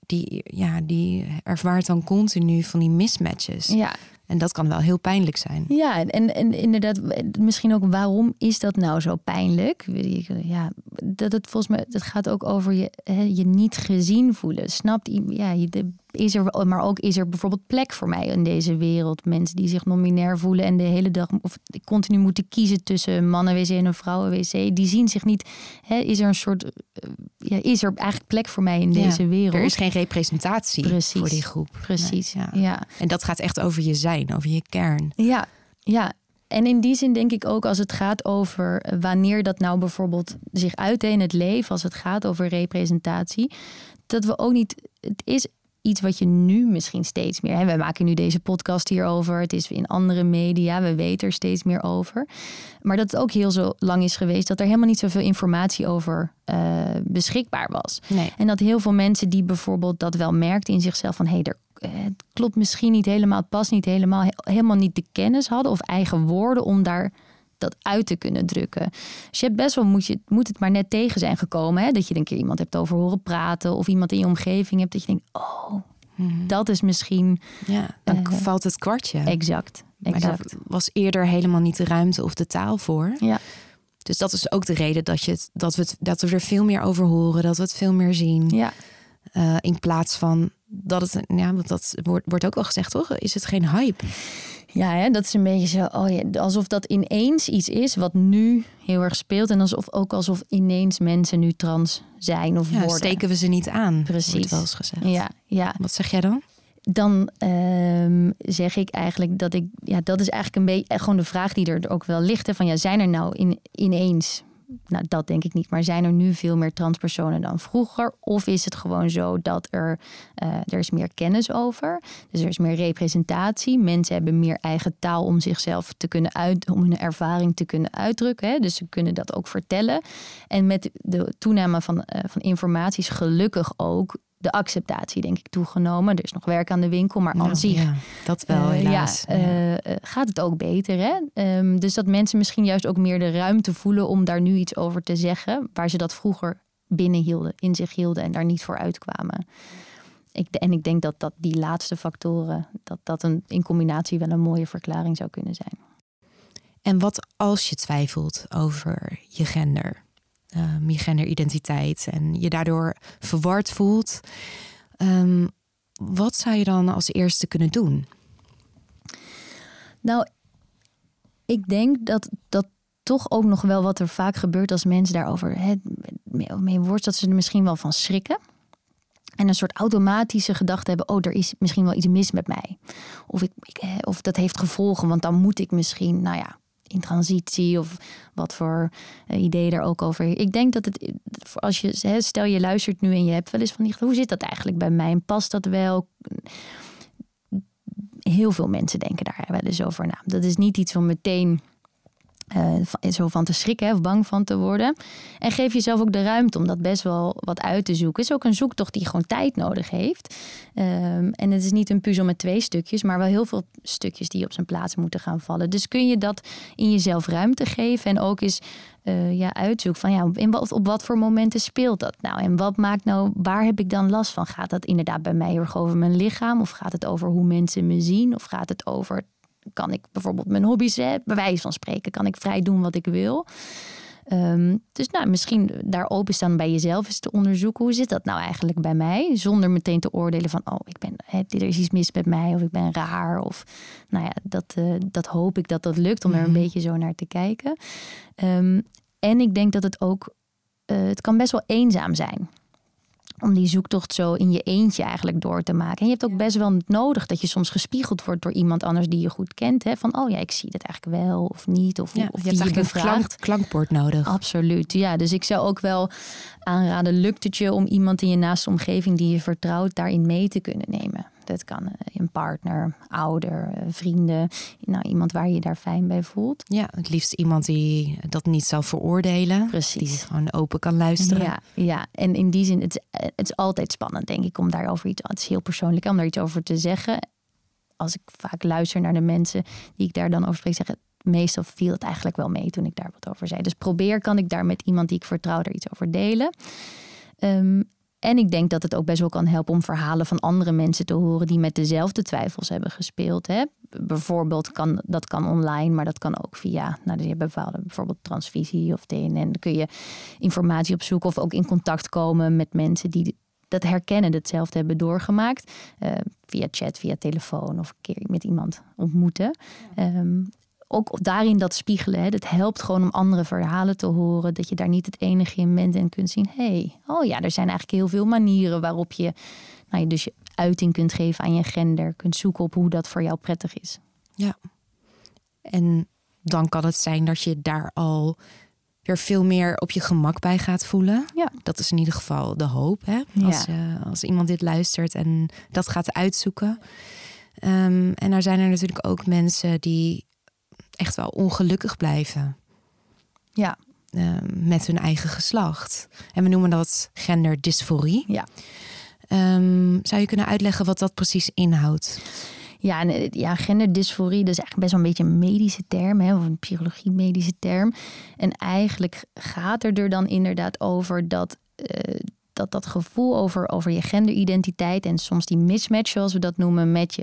S3: die ervaart dan continu van die mismatches. Ja. En dat kan wel heel pijnlijk zijn.
S4: Ja, en inderdaad, misschien ook waarom is dat nou zo pijnlijk? Ja, dat het volgens mij, het gaat ook over je niet gezien voelen. Snapt is er bijvoorbeeld plek voor mij in deze wereld? Mensen die zich non-binair voelen en de hele dag of continu moeten kiezen tussen een mannen-wc en een vrouwen-wc. Die zien zich niet. Is er een soort. Is er eigenlijk plek voor mij in deze wereld?
S3: Er is geen representatie voor die groep.
S4: Precies.
S3: Nee, ja. En dat gaat echt over je zijn, over je kern.
S4: Ja. En in die zin denk ik ook als het gaat over wanneer dat nou bijvoorbeeld zich uit in het leven, als het gaat over representatie, dat we ook niet. Het is iets wat je nu misschien steeds meer... We maken nu deze podcast hierover. Het is in andere media. We weten er steeds meer over. Maar dat het ook heel zo lang is geweest dat er helemaal niet zoveel informatie over beschikbaar was.
S3: Nee.
S4: En dat heel veel mensen die bijvoorbeeld dat wel merkten in zichzelf van het klopt misschien niet helemaal, het past niet helemaal niet de kennis hadden of eigen woorden om daar dat uit te kunnen drukken. Dus je hebt best wel moet het maar net tegen zijn gekomen. Dat je een keer iemand hebt over horen praten of iemand in je omgeving hebt dat je denkt, dat is misschien.
S3: Ja, dan valt het kwartje.
S4: Exact.
S3: Maar daar was eerder helemaal niet de ruimte of de taal voor.
S4: Ja.
S3: Dus dat is ook de reden dat we er veel meer over horen, dat we het veel meer zien.
S4: Ja.
S3: In plaats van dat het, want dat wordt ook wel gezegd, toch? Is het geen hype?
S4: Ja, dat is een beetje zo, alsof dat ineens iets is wat nu heel erg speelt. En alsof ineens mensen nu trans zijn of worden.
S3: Steken we ze niet aan,
S4: precies.
S3: Wordt wel eens gezegd.
S4: Ja.
S3: Wat zeg jij dan?
S4: Dan zeg ik eigenlijk dat is eigenlijk een beetje gewoon de vraag die er ook wel ligt. Van zijn er nou ineens Nou, dat denk ik niet. Maar zijn er nu veel meer transpersonen dan vroeger? Of is het gewoon zo dat er is meer kennis over? Dus er is meer representatie. Mensen hebben meer eigen taal om zichzelf te kunnen om hun ervaring te kunnen uitdrukken. Hè? Dus ze kunnen dat ook vertellen. En met de toename van informatie is gelukkig ook de acceptatie, denk ik, toegenomen. Er is nog werk aan de winkel, maar aan zich...
S3: Ja, dat wel, helaas.
S4: Gaat het ook beter, hè? Dus dat mensen misschien juist ook meer de ruimte voelen om daar nu iets over te zeggen, waar ze dat vroeger binnenhielden, in zich hielden en daar niet voor uitkwamen. Ik denk dat die laatste factoren, dat in combinatie wel een mooie verklaring zou kunnen zijn.
S3: En wat als je twijfelt over je gender? Je genderidentiteit en je daardoor verward voelt. Wat zou je dan als eerste kunnen doen?
S4: Nou, ik denk dat toch ook nog wel wat er vaak gebeurt als mensen daarover mee worstelen, dat ze er misschien wel van schrikken. En een soort automatische gedachte hebben, er is misschien wel iets mis met mij. Of dat heeft gevolgen, want dan moet ik misschien, in transitie of wat voor ideeën er ook over. Ik denk dat het, als je, stel je luistert nu en je hebt wel eens van die, hoe zit dat eigenlijk bij mij en past dat wel? Heel veel mensen denken daar wel eens over na. Dat is niet iets om meteen zo van te schrikken of bang van te worden. En geef jezelf ook de ruimte om dat best wel wat uit te zoeken. Het is ook een zoektocht die gewoon tijd nodig heeft. En het is niet een puzzel met 2 stukjes, maar wel heel veel stukjes die op zijn plaats moeten gaan vallen. Dus kun je dat in jezelf ruimte geven en ook eens uitzoeken van op wat voor momenten speelt dat nou? En wat maakt nou, waar heb ik dan last van? Gaat dat inderdaad bij mij heel erg over mijn lichaam? Of gaat het over hoe mensen me zien? Of gaat het over, kan ik bijvoorbeeld mijn hobby's, bij wijze van spreken, kan ik vrij doen wat ik wil? Dus misschien daar openstaan bij jezelf eens te onderzoeken. Hoe zit dat nou eigenlijk bij mij? Zonder meteen te oordelen van, er is iets mis met mij of ik ben raar. Of dat hoop ik dat lukt om er een beetje zo naar te kijken. En ik denk dat het ook, het kan best wel eenzaam zijn om die zoektocht zo in je eentje eigenlijk door te maken. En je hebt ook best wel nodig dat je soms gespiegeld wordt door iemand anders die je goed kent. Hè? Van, ik zie dat eigenlijk wel of niet. Of
S3: je hebt
S4: die
S3: eigenlijk een klankbord nodig.
S4: Absoluut, ja. Dus ik zou ook wel aanraden, lukt het je om iemand in je naaste omgeving die je vertrouwt daarin mee te kunnen nemen? Dat kan een partner, ouder, vrienden. Iemand waar je je daar fijn bij voelt. Ja,
S3: het liefst iemand die dat niet zal veroordelen.
S4: Precies.
S3: Die gewoon open kan luisteren.
S4: Ja. En in die zin, het is altijd spannend, denk ik, om daarover iets, het is heel persoonlijk, om daar iets over te zeggen. Als ik vaak luister naar de mensen die ik daar dan over spreek, zeggen, meestal viel het eigenlijk wel mee toen ik daar wat over zei. Dus kan ik daar met iemand die ik vertrouw er iets over delen. En ik denk dat het ook best wel kan helpen om verhalen van andere mensen te horen die met dezelfde twijfels hebben gespeeld. Hè? Bijvoorbeeld dat kan online, maar dat kan ook via, je hebt bijvoorbeeld transvisie of TNN. Dan kun je informatie opzoeken of ook in contact komen met mensen die dat herkennen, hetzelfde hebben doorgemaakt. Via chat, via telefoon of een keer met iemand ontmoeten. Ook daarin dat spiegelen, het helpt gewoon om andere verhalen te horen. Dat je daar niet het enige in bent en kunt zien, er zijn eigenlijk heel veel manieren waarop je, dus je uiting kunt geven aan je gender. Kunt zoeken op hoe dat voor jou prettig is. Ja. En dan kan het zijn dat je daar al weer veel meer op je gemak bij gaat voelen. Ja. Dat is in ieder geval de hoop. Hè? Als iemand dit luistert en dat gaat uitzoeken. En er zijn er natuurlijk ook mensen die echt wel ongelukkig blijven. Ja. Met hun eigen geslacht. En we noemen dat genderdysforie. Ja. Zou je kunnen uitleggen wat dat precies inhoudt? Ja, genderdysforie, dat is eigenlijk best wel een beetje een medische term, of een psychologie-medische term. En eigenlijk gaat er dan inderdaad over dat gevoel over je genderidentiteit en soms die mismatch, zoals we dat noemen, met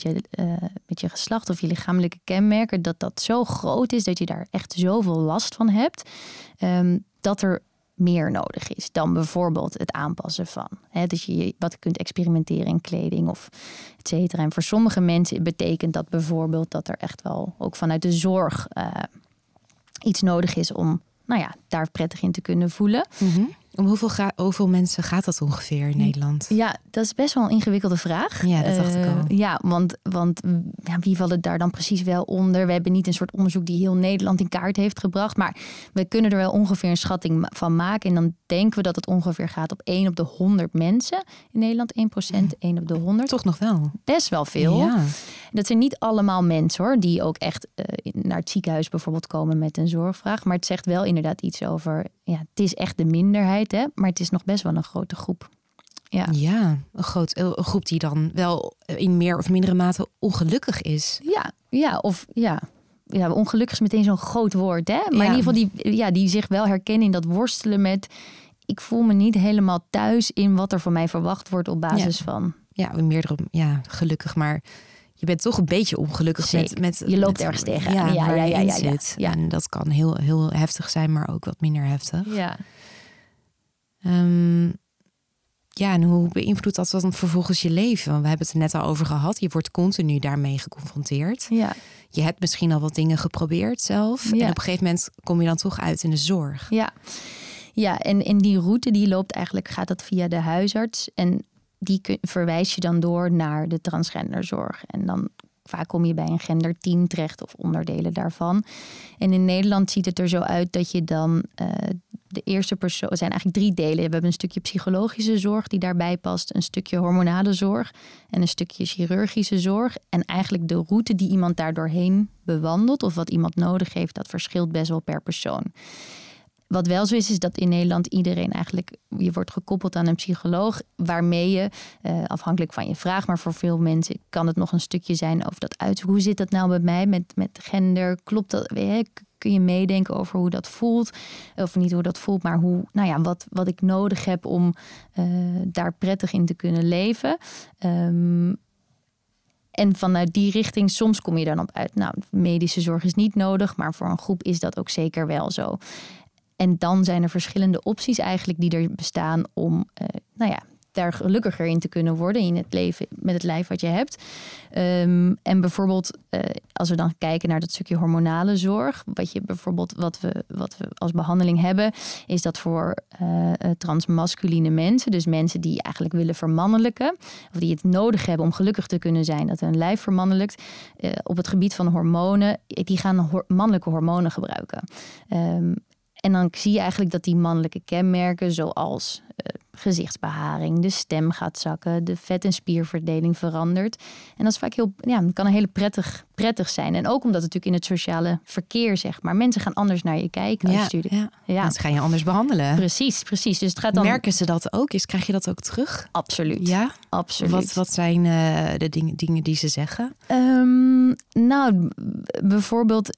S4: je geslacht of je lichamelijke kenmerken, dat zo groot is dat je daar echt zoveel last van hebt, dat er meer nodig is dan bijvoorbeeld het aanpassen van. Dus je wat kunt experimenteren in kleding of et cetera. En voor sommige mensen betekent dat bijvoorbeeld dat er echt wel ook vanuit de zorg iets nodig is om daar prettig in te kunnen voelen. Mm-hmm.
S3: Om hoeveel mensen gaat dat ongeveer in Nederland?
S4: Ja, dat is best wel een ingewikkelde vraag.
S3: Ja, dat dacht ik al.
S4: Ja, want wie vallen daar dan precies wel onder? We hebben niet een soort onderzoek die heel Nederland in kaart heeft gebracht. Maar we kunnen er wel ongeveer een schatting van maken. En dan denken we dat het ongeveer gaat op 1 op de 100 mensen in Nederland. 1%, 1 op de 100.
S3: Toch nog wel.
S4: Best wel veel.
S3: Ja.
S4: Dat zijn niet allemaal mensen hoor, die ook echt naar het ziekenhuis bijvoorbeeld komen met een zorgvraag. Maar het zegt wel inderdaad iets over, ja, het is echt de minderheid, hè, maar het is nog best wel een grote groep.
S3: Ja, een groep die dan wel in meer of mindere mate ongelukkig is.
S4: Ja, ongelukkig is meteen zo'n groot woord, hè? Maar in ieder geval die zich wel herkennen in dat worstelen met, ik voel me niet helemaal thuis in wat er van mij verwacht wordt op basis van.
S3: Ja, meerdere, gelukkig, maar je bent toch een beetje ongelukkig met
S4: je loopt ergens tegen.
S3: Ja. En dat kan heel, heel heftig zijn, maar ook wat minder heftig.
S4: Ja.
S3: En hoe beïnvloedt dat dan vervolgens je leven? Want we hebben het er net al over gehad. Je wordt continu daarmee geconfronteerd.
S4: Ja.
S3: Je hebt misschien al wat dingen geprobeerd zelf. Ja. En op een gegeven moment kom je dan toch uit in de zorg.
S4: Ja, en die route gaat dat via de huisarts. En die verwijs je dan door naar de transgenderzorg. En dan vaak kom je bij een genderteam terecht of onderdelen daarvan. En in Nederland ziet het er zo uit dat je dan de eerste persoon. Er zijn eigenlijk 3 delen. We hebben een stukje psychologische zorg die daarbij past, een stukje hormonale zorg en een stukje chirurgische zorg. En eigenlijk de route die iemand daar doorheen bewandelt of wat iemand nodig heeft, dat verschilt best wel per persoon. Wat wel zo is dat in Nederland iedereen eigenlijk, je wordt gekoppeld aan een psycholoog, waarmee je, afhankelijk van je vraag, maar voor veel mensen kan het nog een stukje zijn over dat uit. Hoe zit dat nou bij mij met gender? Klopt dat? Kun je meedenken over hoe dat voelt? Of niet hoe dat voelt, maar wat ik nodig heb om daar prettig in te kunnen leven. En vanuit die richting, soms kom je dan op uit, medische zorg is niet nodig, maar voor een groep is dat ook zeker wel zo. En dan zijn er verschillende opties eigenlijk die er bestaan om daar gelukkiger in te kunnen worden in het leven met het lijf wat je hebt. En bijvoorbeeld als we dan kijken naar dat stukje hormonale zorg, wat we als behandeling hebben, is dat voor transmasculine mensen, dus mensen die eigenlijk willen vermannelijken, of die het nodig hebben om gelukkig te kunnen zijn, dat hun lijf vermannelijkt, op het gebied van hormonen, die gaan mannelijke hormonen gebruiken. En dan zie je eigenlijk dat die mannelijke kenmerken zoals gezichtsbeharing, de stem gaat zakken, de vet- en spierverdeling verandert. En dat is vaak kan een hele prettig zijn. En ook omdat het natuurlijk in het sociale verkeer, zeg maar, mensen gaan anders naar je kijken.
S3: Ja. Mensen gaan je anders behandelen.
S4: Precies. Dus het gaat dan.
S3: Merken ze dat ook? Krijg je dat ook terug?
S4: Absoluut.
S3: Ja?
S4: Absoluut.
S3: Wat zijn de dingen die ze zeggen?
S4: Bijvoorbeeld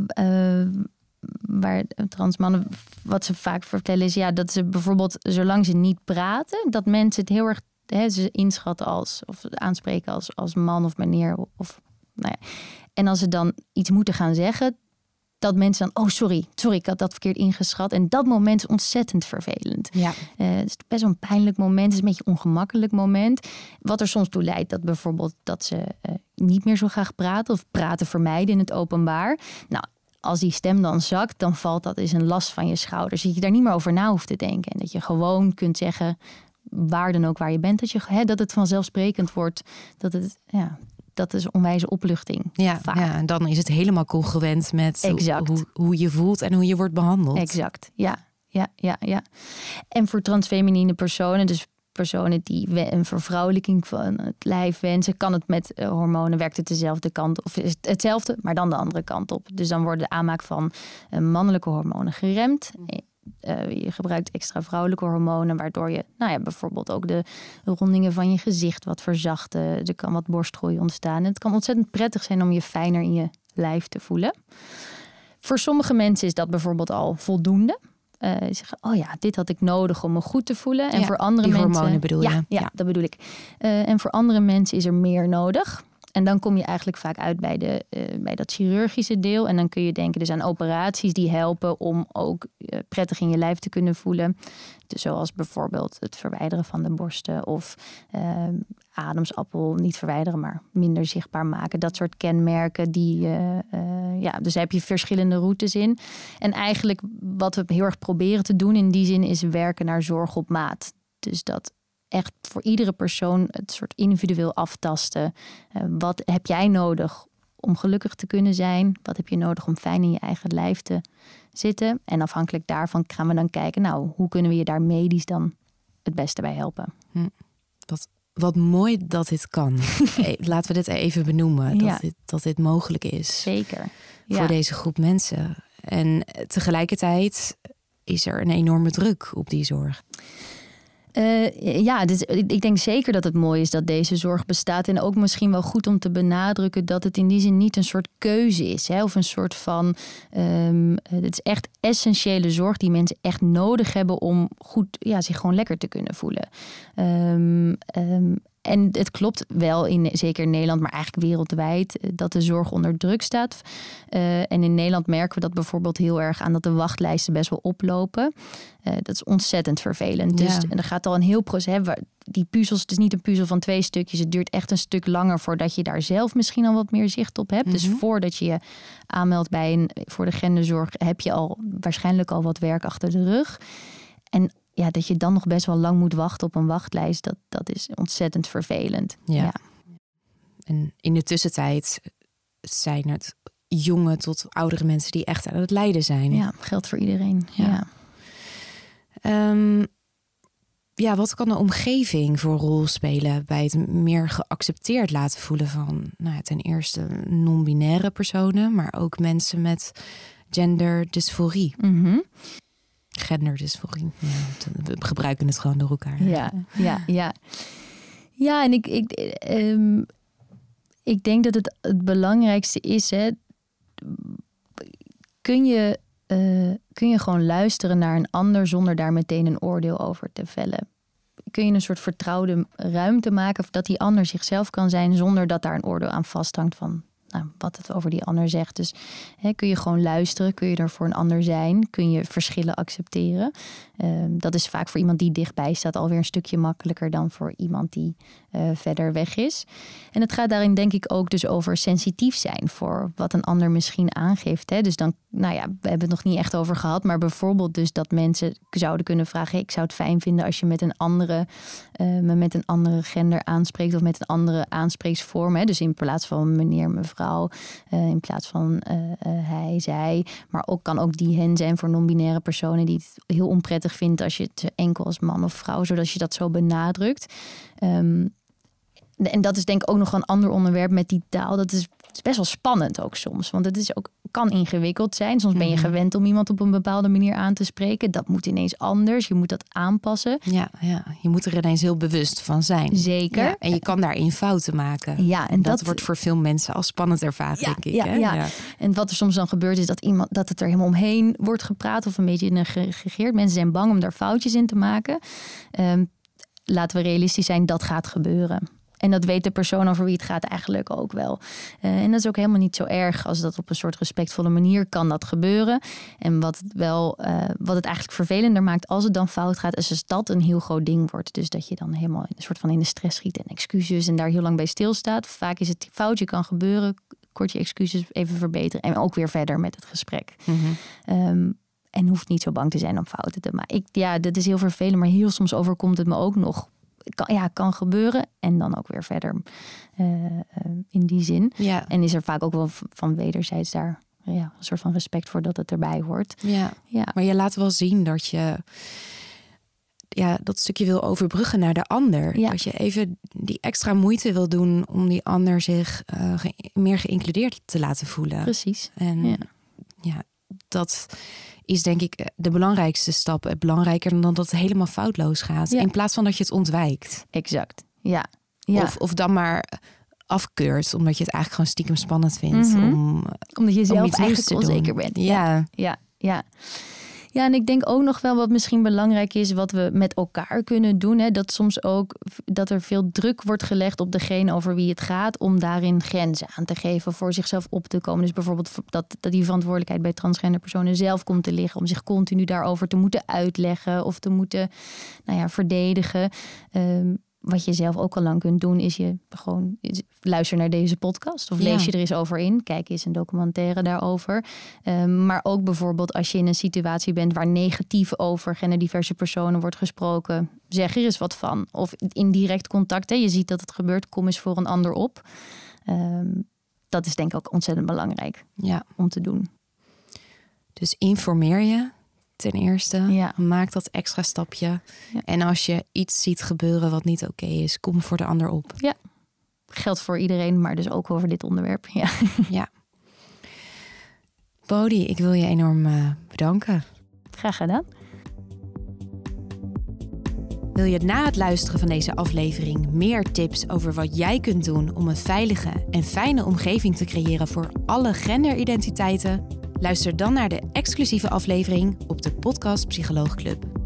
S4: waar transmannen, wat ze vaak vertellen is dat ze bijvoorbeeld, zolang ze niet praten, dat mensen het heel erg ze inschatten of aanspreken als man of meneer. En als ze dan iets moeten gaan zeggen, dat mensen dan, sorry, ik had dat verkeerd ingeschat. En dat moment is ontzettend vervelend.
S3: Ja.
S4: Het is best wel een pijnlijk moment. Het is een beetje een ongemakkelijk moment. Wat er soms toe leidt dat bijvoorbeeld dat ze niet meer zo graag praten of praten vermijden in het openbaar. Als die stem dan zakt, dan valt dat eens een last van je schouders. Dat je daar niet meer over na hoeft te denken. En dat je gewoon kunt zeggen, waar dan ook waar je bent, dat het vanzelfsprekend wordt. Dat is onwijze opluchting.
S3: Ja, en dan is het helemaal congruent met hoe je voelt en hoe je wordt behandeld.
S4: Exact, ja. En voor transfeminine personen, dus personen die een vervrouwelijking van het lijf wensen, kan het met hormonen, werkt het dezelfde kant of is het hetzelfde, maar dan de andere kant op. Dus dan wordt de aanmaak van mannelijke hormonen geremd. Je gebruikt extra vrouwelijke hormonen, waardoor je bijvoorbeeld ook de rondingen van je gezicht wat verzachten. Er kan wat borstgroei ontstaan. En het kan ontzettend prettig zijn om je fijner in je lijf te voelen. Voor sommige mensen is dat bijvoorbeeld al voldoende. Zeggen, dit had ik nodig om me goed te voelen. En voor andere mensen,
S3: hormonen bedoel je?
S4: Ja, dat bedoel ik. En voor andere mensen is er meer nodig. En dan kom je eigenlijk vaak uit bij dat chirurgische deel. En dan kun je denken dus aan operaties die helpen om ook prettig in je lijf te kunnen voelen. Dus zoals bijvoorbeeld het verwijderen van de borsten of ademsappel niet verwijderen, maar minder zichtbaar maken. Dat soort kenmerken die Dus daar heb je verschillende routes in. En eigenlijk wat we heel erg proberen te doen in die zin is werken naar zorg op maat. Dus dat echt voor iedere persoon het soort individueel aftasten. Wat heb jij nodig om gelukkig te kunnen zijn? Wat heb je nodig om fijn in je eigen lijf te zitten? En afhankelijk daarvan gaan we dan kijken, nou, hoe kunnen we je daar medisch dan het beste bij helpen?
S3: Wat mooi dat dit kan. Laten we dit even benoemen. Dat dit mogelijk is.
S4: Zeker.
S3: Voor deze groep mensen. En tegelijkertijd is er een enorme druk op die zorg.
S4: Dus ik denk zeker dat het mooi is dat deze zorg bestaat. En ook misschien wel goed om te benadrukken dat het in die zin niet een soort keuze is. Hè? Of een soort van, het is echt essentiële zorg die mensen echt nodig hebben om goed, zich gewoon lekker te kunnen voelen. En het klopt wel, zeker in Nederland, maar eigenlijk wereldwijd, dat de zorg onder druk staat. En in Nederland merken we dat bijvoorbeeld heel erg aan dat de wachtlijsten best wel oplopen. Dat is ontzettend vervelend. Dus er gaat al een heel proces. Die puzzels, het is niet een puzzel van 2 stukjes. Het duurt echt een stuk langer voordat je daar zelf misschien al wat meer zicht op hebt. Dus voordat je je aanmeldt voor de genderzorg, heb je al waarschijnlijk al wat werk achter de rug. En dat je dan nog best wel lang moet wachten op een wachtlijst, dat is ontzettend vervelend. Ja.
S3: En in de tussentijd zijn het jonge tot oudere mensen die echt aan het lijden zijn.
S4: Ja, geldt voor iedereen.
S3: Ja. Wat kan de omgeving voor rol spelen bij het meer geaccepteerd laten voelen van ten eerste non-binaire personen, maar ook mensen met genderdysforie? Genderdysforie. We gebruiken het gewoon door elkaar.
S4: Ja, en ik denk dat het belangrijkste is, kun je gewoon luisteren naar een ander zonder daar meteen een oordeel over te vellen? Kun je een soort vertrouwde ruimte maken of dat die ander zichzelf kan zijn zonder dat daar een oordeel aan vasthangt van wat het over die ander zegt. Dus kun je gewoon luisteren, kun je er voor een ander zijn, kun je verschillen accepteren. Dat is vaak voor iemand die dichtbij staat alweer een stukje makkelijker dan voor iemand die verder weg is. En het gaat daarin denk ik ook dus over sensitief zijn voor wat een ander misschien aangeeft. Hè? Dus dan, we hebben het nog niet echt over gehad, maar bijvoorbeeld dus dat mensen zouden kunnen vragen, ik zou het fijn vinden als je me met een andere gender aanspreekt of met een andere aanspreeksvorm. Hè? Dus in plaats van meneer, mevrouw, in plaats van hij, zij. Maar kan ook die hen zijn voor non-binaire personen die het heel onprettig vindt als je het enkel als man of vrouw, zodat je dat zo benadrukt. En dat is denk ik ook nog een ander onderwerp met die taal. Dat is best wel spannend ook soms. Want het kan ingewikkeld zijn. Soms ben je gewend om iemand op een bepaalde manier aan te spreken. Dat moet ineens anders. Je moet dat aanpassen.
S3: Ja. Je moet er ineens heel bewust van zijn.
S4: Zeker.
S3: Ja, en je kan daarin fouten maken.
S4: Ja, en
S3: dat wordt voor veel mensen als spannend ervaren, denk ik.
S4: Ja. En wat er soms dan gebeurt is dat het er helemaal omheen wordt gepraat of een beetje negeerd. Mensen zijn bang om daar foutjes in te maken. Laten we realistisch zijn, dat gaat gebeuren. En dat weet de persoon over wie het gaat eigenlijk ook wel. En dat is ook helemaal niet zo erg als dat op een soort respectvolle manier kan dat gebeuren. En wat het eigenlijk vervelender maakt als het dan fout gaat, is als dat een heel groot ding wordt. Dus dat je dan helemaal een soort van in de stress schiet en excuses en daar heel lang bij stilstaat. Vaak is het foutje kan gebeuren, kort je excuses even verbeteren en ook weer verder met het gesprek. En hoeft niet zo bang te zijn om fouten te maken. Dat is heel vervelend, maar heel soms overkomt het me ook nog. Kan gebeuren en dan ook weer verder in die zin. Ja. En is er vaak ook wel van wederzijds daar een soort van respect voor dat het erbij hoort.
S3: Ja. Maar je laat wel zien dat je dat stukje wil overbruggen naar de ander. Ja. Dat je even die extra moeite wil doen om die ander zich meer geïncludeerd te laten voelen.
S4: Precies.
S3: En dat is denk ik de belangrijkste stap. Belangrijker dan dat het helemaal foutloos gaat. Ja. In plaats van dat je het ontwijkt.
S4: Exact, ja.
S3: Of dan maar afkeurt. Omdat je het eigenlijk gewoon stiekem spannend vindt.
S4: Omdat je zelf eigenlijk onzeker bent. Ja. Ja, en ik denk ook nog wel wat misschien belangrijk is, wat we met elkaar kunnen doen. Hè, dat soms ook dat er veel druk wordt gelegd op degene over wie het gaat, om daarin grenzen aan te geven, voor zichzelf op te komen. Dus bijvoorbeeld dat die verantwoordelijkheid bij transgender personen zelf komt te liggen, om zich continu daarover te moeten uitleggen of te moeten verdedigen. wat je zelf ook al lang kunt doen, is luister naar deze podcast. Of lees je er eens over in. Kijk eens een documentaire daarover. Maar ook bijvoorbeeld als je in een situatie bent waar negatief over genderdiverse personen wordt gesproken. Zeg er eens wat van. Of in direct contact. Je ziet dat het gebeurt. Kom eens voor een ander op. Dat is denk ik ook ontzettend belangrijk om te doen.
S3: Dus informeer je ten eerste. Ja. Maak dat extra stapje. Ja. En als je iets ziet gebeuren wat niet oké is, kom voor de ander op.
S4: Ja, geldt voor iedereen, maar dus ook over dit onderwerp. Ja.
S3: Bodhi, ik wil je enorm bedanken.
S4: Graag gedaan.
S3: Wil je na het luisteren van deze aflevering meer tips over wat jij kunt doen om een veilige en fijne omgeving te creëren voor alle genderidentiteiten? Luister dan naar de exclusieve aflevering op de Podcast Psycholoog Club.